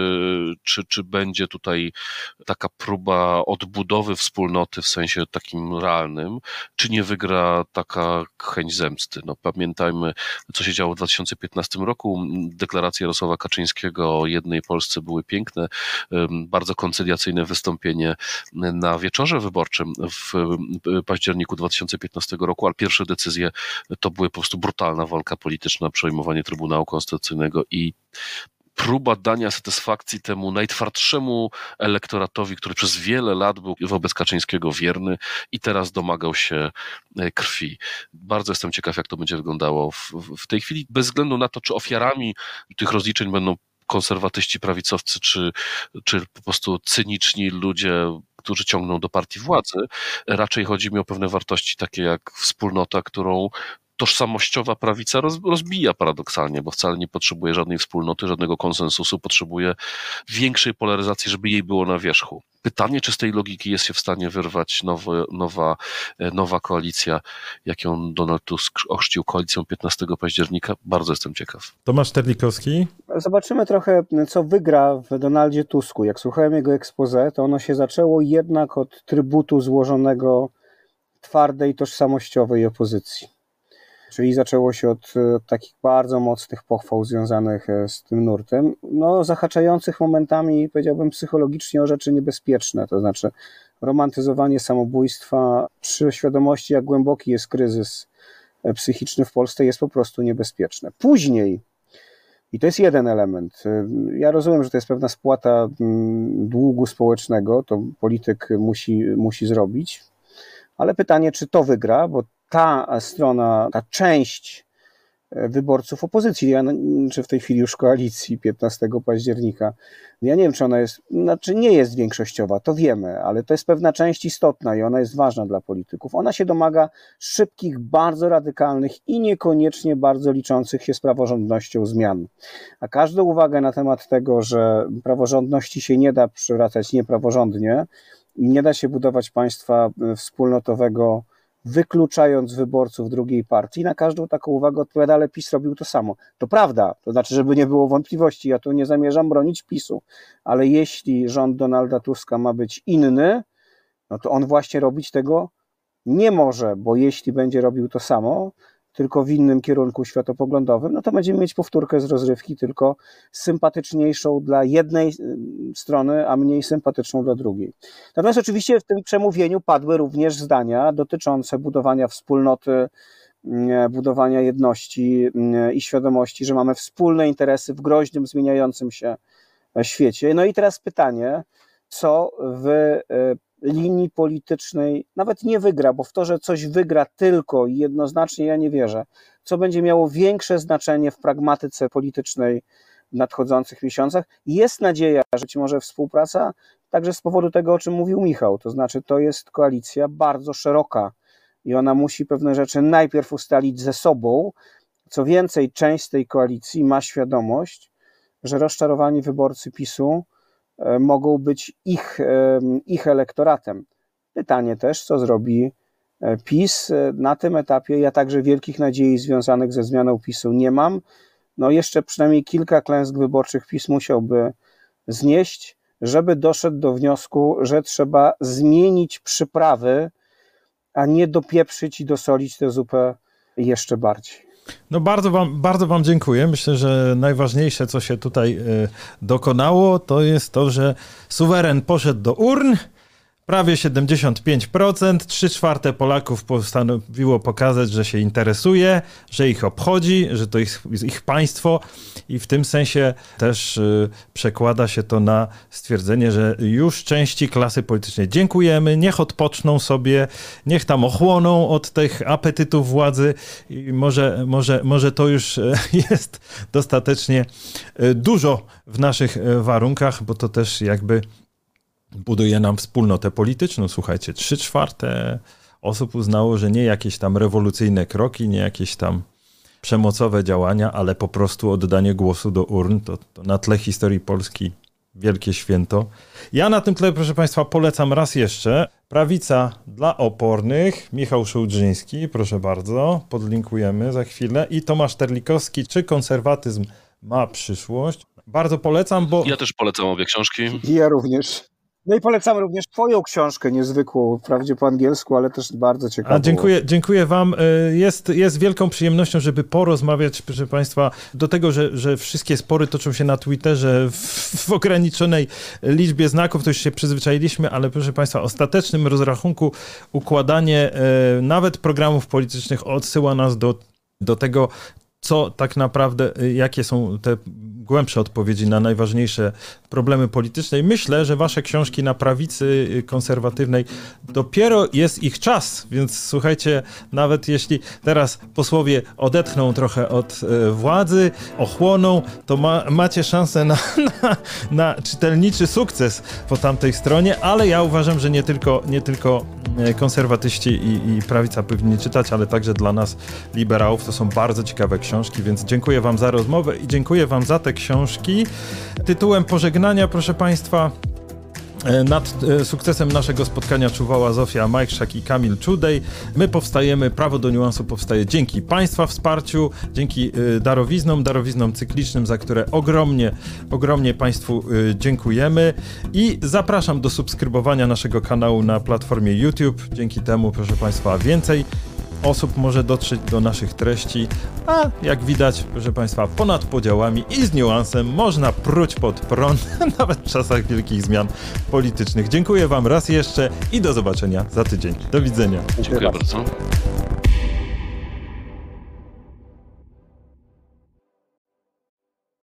czy będzie tutaj taka próba odbudowy wspólnoty w sensie takim realnym, czy nie wygra taka chęć zemsty. No, pamiętajmy, co się działo w 2015 roku. Deklaracje Jarosława Kaczyńskiego o jednej Polsce były piękne, bardzo koncyliacyjne wystąpienie na wieczorze wyborczym w październiku 2015 roku, ale pierwsze decyzje to były po prostu brutalna walka polityczna, przejmowanie Trybunału Konstytucyjnego i próba dania satysfakcji temu najtwardszemu elektoratowi, który przez wiele lat był wobec Kaczyńskiego wierny i teraz domagał się krwi. Bardzo jestem ciekaw, jak to będzie wyglądało w tej chwili, bez względu na to, czy ofiarami tych rozliczeń będą konserwatyści, prawicowcy, czy po prostu cyniczni ludzie, którzy ciągną do partii władzy. Raczej chodzi mi o pewne wartości takie jak wspólnota, którą tożsamościowa prawica rozbija paradoksalnie, bo wcale nie potrzebuje żadnej wspólnoty, żadnego konsensusu, potrzebuje większej polaryzacji, żeby jej było na wierzchu. Pytanie, czy z tej logiki jest się w stanie wyrwać nowa koalicja, jak ją Donald Tusk ochrzcił koalicją 15 października. Bardzo jestem ciekaw. Tomasz Terlikowski. Zobaczymy trochę, co wygra w Donaldzie Tusku. Jak słuchałem jego expose, to ono się zaczęło jednak od trybutu złożonego twardej, tożsamościowej opozycji. Czyli zaczęło się od takich bardzo mocnych pochwał związanych z tym nurtem, no zahaczających momentami, powiedziałbym, psychologicznie o rzeczy niebezpieczne, to znaczy romantyzowanie samobójstwa przy świadomości, jak głęboki jest kryzys psychiczny w Polsce, jest po prostu niebezpieczne. Później, i to jest jeden element, ja rozumiem, że to jest pewna spłata długu społecznego, to polityk musi zrobić, ale pytanie, czy to wygra, bo ta strona, ta część wyborców opozycji, czy w tej chwili już koalicji 15 października, ja nie wiem, czy ona jest, znaczy nie jest większościowa, to wiemy, ale to jest pewna część istotna i ona jest ważna dla polityków. Ona się domaga szybkich, bardzo radykalnych i niekoniecznie bardzo liczących się z praworządnością zmian. A każdą uwagę na temat tego, że praworządności się nie da przywracać niepraworządnie i nie da się budować państwa wspólnotowego, wykluczając wyborców drugiej partii. Na każdą taką uwagę odpowiada, ale PiS robił to samo. To prawda, to znaczy, żeby nie było wątpliwości, ja tu nie zamierzam bronić PiS-u, ale jeśli rząd Donalda Tuska ma być inny, no to on właśnie robić tego nie może, bo jeśli będzie robił to samo, tylko w innym kierunku światopoglądowym, no to będziemy mieć powtórkę z rozrywki, tylko sympatyczniejszą dla jednej strony, a mniej sympatyczną dla drugiej. Natomiast oczywiście w tym przemówieniu padły również zdania dotyczące budowania wspólnoty, budowania jedności i świadomości, że mamy wspólne interesy w groźnym, zmieniającym się świecie. No i teraz pytanie, co w linii politycznej nawet nie wygra, bo w to, że coś wygra tylko i jednoznacznie ja nie wierzę, co będzie miało większe znaczenie w pragmatyce politycznej w nadchodzących miesiącach. Jest nadzieja, że być może współpraca także z powodu tego, o czym mówił Michał, to znaczy to jest koalicja bardzo szeroka i ona musi pewne rzeczy najpierw ustalić ze sobą. Co więcej, część z tej koalicji ma świadomość, że rozczarowani wyborcy PiS-u mogą być ich elektoratem. Pytanie też, co zrobi PiS na tym etapie. Ja także wielkich nadziei związanych ze zmianą PiS-u nie mam. No jeszcze przynajmniej kilka klęsk wyborczych PiS musiałby znieść, żeby doszedł do wniosku, że trzeba zmienić przyprawy, a nie dopieprzyć i dosolić tę zupę jeszcze bardziej. No bardzo wam dziękuję. Myślę, że najważniejsze, co się tutaj dokonało, to jest to, że suweren poszedł do urn. Prawie 75%, 3/4 Polaków postanowiło pokazać, że się interesuje, że ich obchodzi, że to ich państwo i w tym sensie też przekłada się to na stwierdzenie, że już części klasy politycznej dziękujemy, niech odpoczną sobie, niech tam ochłoną od tych apetytów władzy i może to już jest dostatecznie dużo w naszych warunkach, bo to też jakby buduje nam wspólnotę polityczną. Słuchajcie, 3/4 osób uznało, że nie jakieś tam rewolucyjne kroki, nie jakieś tam przemocowe działania, ale po prostu oddanie głosu do urn. To na tle historii Polski wielkie święto. Ja na tym tle, proszę Państwa, polecam raz jeszcze Prawica dla opornych, Michał Szułdrzyński, proszę bardzo, podlinkujemy za chwilę, i Tomasz Terlikowski, czy konserwatyzm ma przyszłość. Bardzo polecam, bo... Ja też polecam obie książki. I ja również. No i polecamy również twoją książkę niezwykłą, wprawdzie po angielsku, ale też bardzo ciekawą. A dziękuję wam. Jest wielką przyjemnością, żeby porozmawiać, proszę Państwa, do tego, że wszystkie spory toczą się na Twitterze w ograniczonej liczbie znaków, to już się przyzwyczailiśmy, ale proszę Państwa, ostatecznym rozrachunku układanie nawet programów politycznych odsyła nas do tego, co tak naprawdę, jakie są te głębsze odpowiedzi na najważniejsze problemy polityczne. I myślę, że wasze książki na prawicy konserwatywnej dopiero jest ich czas, więc słuchajcie, nawet jeśli teraz posłowie odetchną trochę od władzy, ochłoną, to macie szansę na czytelniczy sukces po tamtej stronie, ale ja uważam, że nie tylko konserwatyści i prawica powinni czytać, ale także dla nas, liberałów, to są bardzo ciekawe książki, więc dziękuję wam za rozmowę i dziękuję wam za te książki. Tytułem pożegnania, proszę Państwa, nad sukcesem naszego spotkania czuwała Zofia Majchrzak i Kamil Czudej. My powstajemy, Prawo do Niuansu powstaje dzięki Państwa wsparciu, dzięki darowiznom cyklicznym, za które ogromnie Państwu dziękujemy i zapraszam do subskrybowania naszego kanału na platformie YouTube. Dzięki temu, proszę Państwa, więcej osób może dotrzeć do naszych treści, a jak widać, proszę Państwa, ponad podziałami i z niuansem można pruć pod prąd, nawet w czasach wielkich zmian politycznych. Dziękuję wam raz jeszcze i do zobaczenia za tydzień. Do widzenia. Dziękuję bardzo.